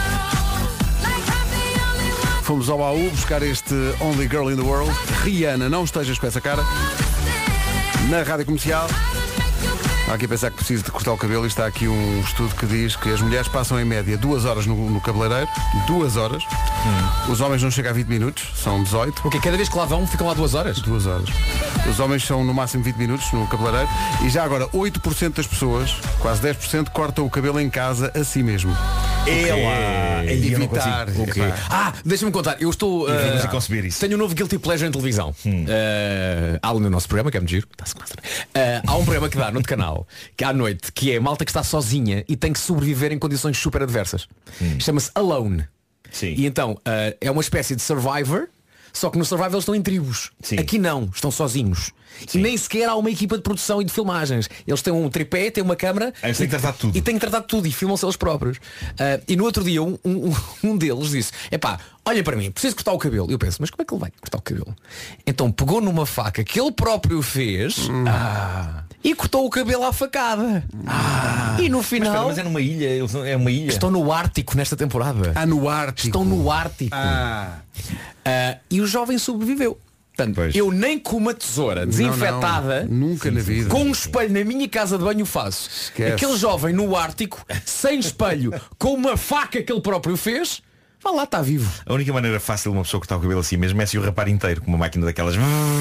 Fomos ao baú buscar este Only Girl in the World. Rihanna, não estejas com essa cara. Na Rádio Comercial. Há aqui a pensar que preciso de cortar o cabelo e está aqui um estudo que diz que as mulheres passam em média 2 horas no cabeleireiro. 2 horas. Os homens não chegam a 20 minutos, são 18. Porque cada vez que lá vão ficam lá 2 horas? 2 horas. Os homens são no máximo 20 minutos no cabeleireiro. E já agora 8% das pessoas, quase 10%, cortam o cabelo em casa a si mesmo. Evitar. Deixa-me contar. Eu estou a conceber isso. Tenho um novo Guilty Pleasure em televisão. Há no nosso programa, que é muito giro. Há um programa que dá no outro canal, que à noite, que é a malta que está sozinha e tem que sobreviver em condições super adversas. Chama-se Alone. Sim. E então é uma espécie de Survivor, só que no Survivor eles estão em tribos. Sim. Aqui não, estão sozinhos. Sim. E nem sequer há uma equipa de produção e de filmagens. Eles têm um tripé, têm uma câmara eles têm que tratar de tudo. E têm que tratar de tudo e filmam-se eles próprios. E no outro dia um deles disse: olha para mim, preciso cortar o cabelo. E eu penso, mas como é que ele vai cortar o cabelo? Então pegou numa faca que ele próprio fez e cortou o cabelo à facada. E no final. Mas é numa ilha, é uma ilha. Estão no Ártico nesta temporada. No Ártico. Estão no Ártico. E o jovem sobreviveu. Portanto, eu nem com uma tesoura desinfetada, nunca na vida, com um espelho na minha casa de banho faço. Esquece. Aquele jovem no Ártico, sem espelho, com uma faca que ele próprio fez, vá lá, está vivo. A única maneira fácil de uma pessoa cortar o cabelo assim mesmo é se o rapar inteiro, com uma máquina daquelas.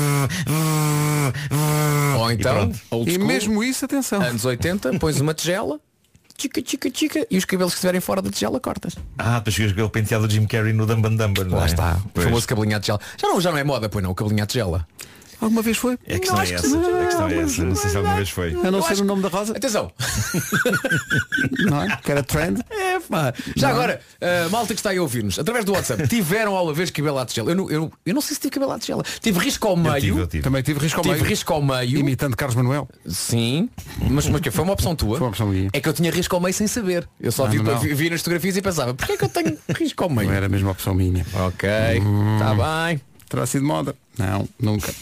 Ou então, e mesmo isso, atenção. Anos 80, pões uma tigela, chica, e os cabelos que estiverem fora da tigela cortas. Depois chegas aquele penteado do Jim Carrey no Dumb and Dumber, não é? Lá está, o famoso cabelinho à tigela. Já não é moda, pois não, o cabelinho à tigela. Alguma vez foi? A questão é essa. Não sei se alguma vez foi. A não ser o nome da rosa. Atenção. Não é? Que era trend. Já agora, malta que está aí a ouvir-nos, através do WhatsApp, tiveram alguma vez cabelo à tigela? Eu não sei se tive cabelo à tigela. Tive risco ao meio. Eu tive. Também tive risco ao meio. Imitando Carlos Manuel. Sim. Mas que foi uma opção tua? Foi uma opção minha. É que eu tinha risco ao meio sem saber. Eu só vi nas fotografias e pensava, porquê é que eu tenho risco ao meio? Não era a mesma opção minha. Ok, está bem. Terá sido moda? Não, nunca.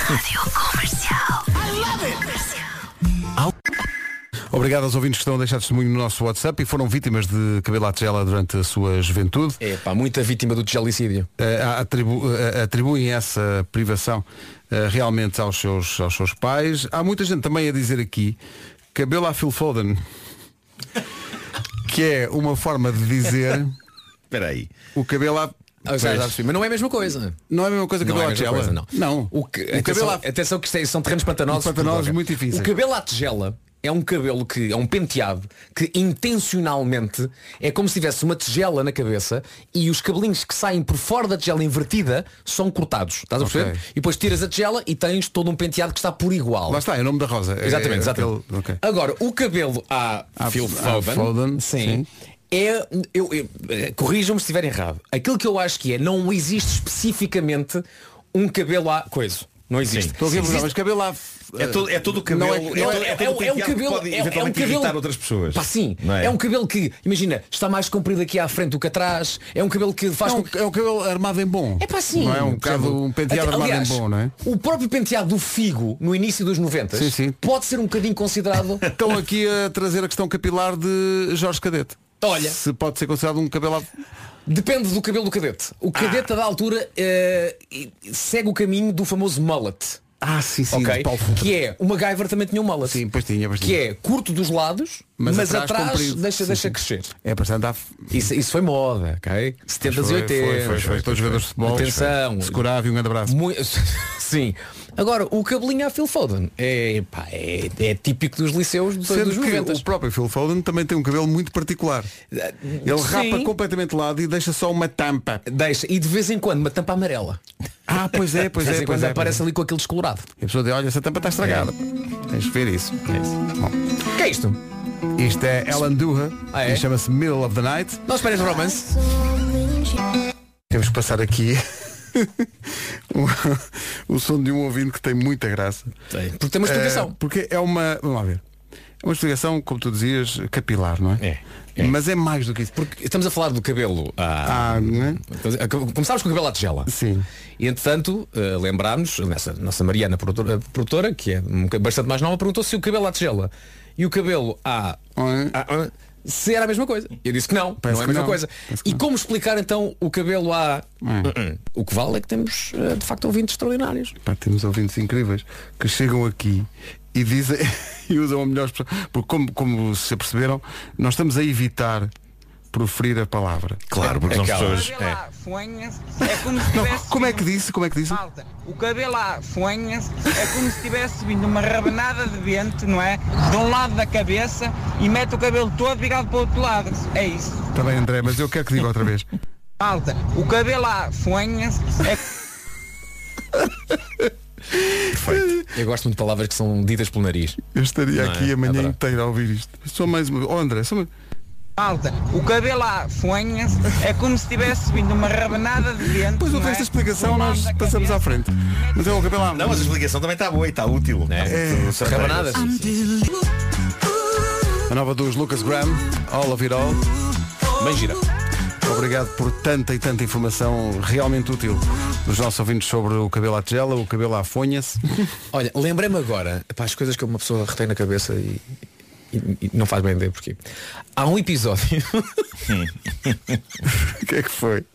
Obrigado aos ouvintes que estão a deixar testemunho no nosso WhatsApp e foram vítimas de cabelo à tigela durante a sua juventude. Muita vítima do tigelicídio. Atribuem essa privação realmente aos seus pais. Há muita gente também a dizer aqui cabelo à Phil Foden, que é uma forma de dizer Espera aí. O cabelo à... Mas não é a mesma coisa. Não é a mesma coisa que o cabelo à tigela. Não. Atenção que são terrenos pantanosos. Muito difíceis. O cabelo à tigela é um cabelo que é um penteado que intencionalmente é como se tivesse uma tigela na cabeça e os cabelinhos que saem por fora da tigela invertida são cortados. Estás a perceber? E depois tiras a tigela e tens todo um penteado que está por igual. Lá está, é o nome da rosa. Exatamente. Agora, o cabelo à Phil Foden, sim. Corrijam-me se estiver errado. Aquilo que eu acho que não existe especificamente um cabelo à coisa. Não existe. Mas cabelo à... É todo o cabelo. É um cabelo que eventualmente irritar outras pessoas. Sim. É um cabelo que, imagina, está mais comprido aqui à frente do que atrás. É um cabelo que faz. É um cabelo armado em bom. Sim. Não é um penteado armado em bom, não é? O próprio penteado do Figo no início dos 90 pode ser um bocadinho considerado. Estão aqui a trazer a questão capilar de Jorge Cadete. Olha, se pode ser considerado um cabelo... Depende do cabelo do cadete. O cadete da altura segue o caminho do famoso mullet. Sim, okay? Que é, o MacGyver também tinha um mullet. Sim, pois tinha. Que é curto dos lados, mas atrás deixa crescer. É bastante... Isso foi moda, ok? 70s e 80s. Foi. Todos os jogadores de futebol. Atenção. Securava e um grande abraço. Sim. Agora, o cabelinho a Phil Foden é típico dos liceus dos anos 90. O próprio Phil Foden também tem um cabelo muito particular. Ele rapa completamente de lado e deixa só uma tampa. Deixa, e de vez em quando uma tampa amarela. Pois é. Quando aparece ali com aquele descolorado. E a pessoa diz, olha, essa tampa está estragada. Tens de ver isso. Bom. O que é isto? Isto é Ellen Duha e chama-se Middle of the Night. Não esperes romance. Temos que passar aqui o som de um ouvinte que tem muita graça. Porque tem uma explicação. Porque é uma... Vamos lá ver. É uma explicação, como tu dizias, capilar, não é? Mas é mais do que isso. Porque estamos a falar do cabelo Começámos com o cabelo à tigela. Sim. E entretanto, lembrámos, nossa Mariana, produtora, que é bastante mais nova, perguntou se o cabelo à tigela e o cabelo se era a mesma coisa. Eu disse que não é a mesma coisa. E como explicar então o cabelo O que vale é que temos de facto ouvintes extraordinários. Temos ouvintes incríveis que chegam aqui e dizem e usam a melhor expressão. Porque como se perceberam, nós estamos a evitar proferir a palavra. Claro, porque são pessoas. Como é que disse? Malta, o cabelo à fonhas é como se tivesse vindo uma rabanada de vento, não é? De um lado da cabeça e mete o cabelo todo virado para o outro lado. É isso. Está bem, André, mas eu quero que diga outra vez. Malta, o cabelo à fonhas é... Perfeito. Eu gosto muito de palavras que são ditas pelo nariz. Eu estaria aqui a manhã inteira a ouvir isto. Só mais uma. André, Malta, o cabelo à fonhas é como se tivesse vindo uma rabanada de vento. Depois não esta explicação nós passamos à frente. Mas é o cabelo à... Não, mas a explicação também está boa e está útil. Rabanadas. A nova dos Lucas Graham, All of It All. Bem gira. Obrigado por tanta e tanta informação realmente útil dos nossos ouvintes sobre o cabelo à tigela, o cabelo à fonha-se. Olha, lembrei-me agora, as coisas que uma pessoa retém na cabeça e não faz bem ver porquê. Há um episódio. O que é que foi?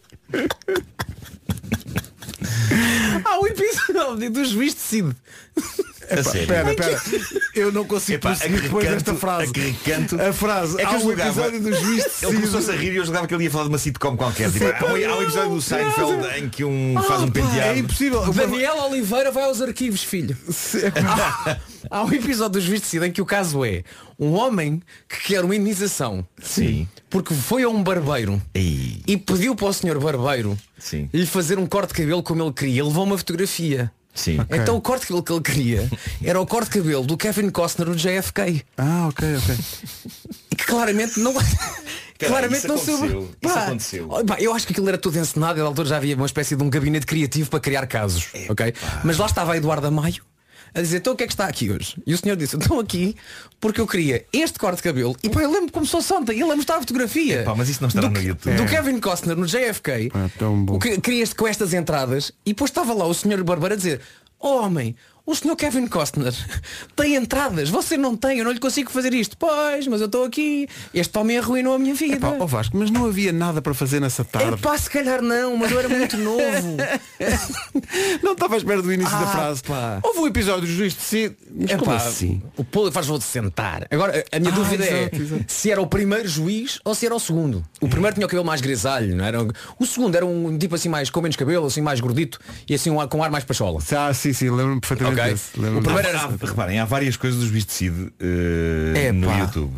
Há um episódio do Juiz Decide. Espera. Eu não consigo prosseguir depois desta frase. A frase. Há um episódio do Juiz Decide. Ele começou-se a rir e eu julgava que ele ia falar de uma sitcom qualquer. Tipo, há um episódio do Seinfeld em que faz um penteado. É impossível. Daniel Oliveira vai aos arquivos, filho. Há um episódio do Juiz Decide em que o caso é um homem que quer uma indenização. Sim. Porque foi a um barbeiro e pediu para o senhor barbeiro lhe fazer um corte de cabelo como ele queria. Ele levou uma fotografia. Sim. Okay. Então o corte de cabelo que ele queria era o corte de cabelo do Kevin Costner no JFK. Ok. E que claramente não... claramente não soube. Isso aconteceu. Eu acho que aquilo era tudo encenado. E na altura já havia uma espécie de um gabinete criativo para criar casos. Ok? Mas lá estava a Eduardo Amaio a dizer, então o que é que está aqui hoje? E o senhor disse, estou aqui porque eu queria este corte de cabelo. E pá, eu lembro como sou ontem, ele a mostrar a fotografia. Mas isso não estará no YouTube. Do Kevin Costner no JFK. Queria este com estas entradas. E depois estava lá o senhor barbeiro a dizer, homem, o senhor Kevin Costner tem entradas, você não tem, eu não lhe consigo fazer isto. Pois, mas eu estou aqui, este homem arruinou a minha vida. Vasco, mas não havia nada para fazer nessa tarde. Se calhar não, mas eu era muito novo. Não estava à espera do início da frase. Houve um episódio do Juiz Decide. Como assim? O público faz-vou de sentar. Agora, a minha dúvida exato. Se era o primeiro juiz ou se era o segundo. O primeiro tinha o cabelo mais grisalho, não era? O segundo era um tipo assim mais com menos cabelo, assim mais gordito e assim com ar mais pachola. Sim, lembro-me perfeitamente. Okay. O primeiro era... Reparem, há várias coisas do Juiz Decide no YouTube.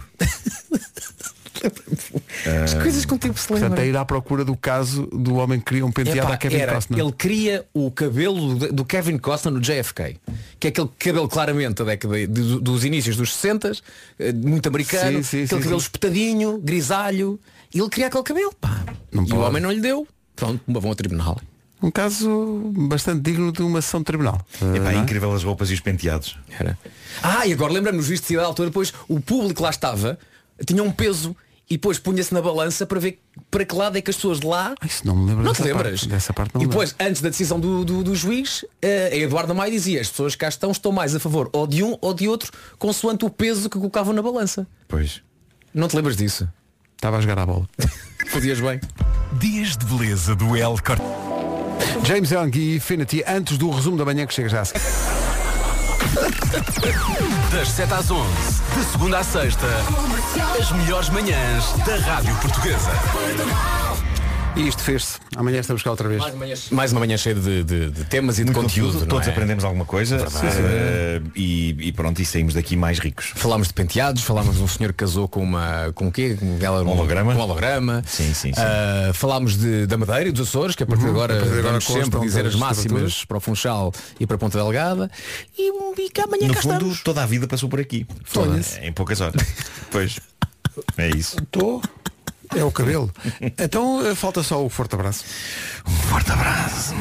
As coisas que um tipo se lembra. Portanto, é ir à procura do caso do homem que queria um penteado a Kevin Costner. Ele queria o cabelo do Kevin Costner no JFK, que é aquele cabelo claramente da década dos inícios dos 60, muito americano, aquele cabelo espetadinho, grisalho, e ele queria aquele cabelo, e o homem não lhe deu. Pronto, vão ao tribunal. Um caso bastante digno de uma sessão de tribunal. É incrível as roupas e os penteados. Era. E agora lembra-me no Juiz de Cidade, altura, depois o público lá estava, tinha um peso e depois punha-se na balança para ver para que lado é que as pessoas de lá. Isso não me lembro. Não te lembras? Dessa parte não. E depois, antes da decisão do juiz, a Eduardo Amaio dizia, as pessoas que cá estão mais a favor ou de um ou de outro, consoante o peso que colocavam na balança. Pois. Não te lembras disso? Estava a jogar à bola. Fazias bem. Dias de beleza do El Corte. James Young e Infinity, antes do resumo da manhã que chega já. Das 7 às 11, de segunda à sexta, as melhores manhãs da Rádio Portuguesa. E isto fez-se. Amanhã estamos cá outra vez. Mais uma manhã cheia de temas e de conteúdo. Todos não é? aprendemos alguma coisa. E pronto, e saímos daqui mais ricos. Falámos de penteados, falámos de um senhor que casou com o quê? Um holograma. Um holograma. Sim. Falámos da Madeira e dos Açores, que a partir de agora vamos sempre dizer as máximas para o Funchal e para a Ponta Delgada. E que amanhã no cá fundo, estamos. toda a vida passou por aqui. Em poucas horas. Pois. É isso. É o cabelo. Então falta só o forte abraço. Um forte abraço.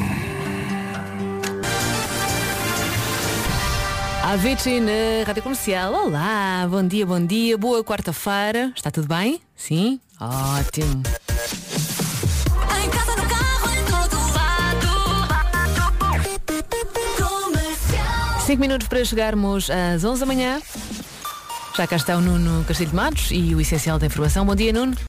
Avicii na Rádio Comercial. Olá, bom dia, boa quarta-feira. Está tudo bem? Sim? Ótimo. Em casa, no carro, em todo lado. 5 minutos para chegarmos às 11 da manhã. Já cá está o Nuno Castilho de Matos e o Essencial da Informação. Bom dia, Nuno.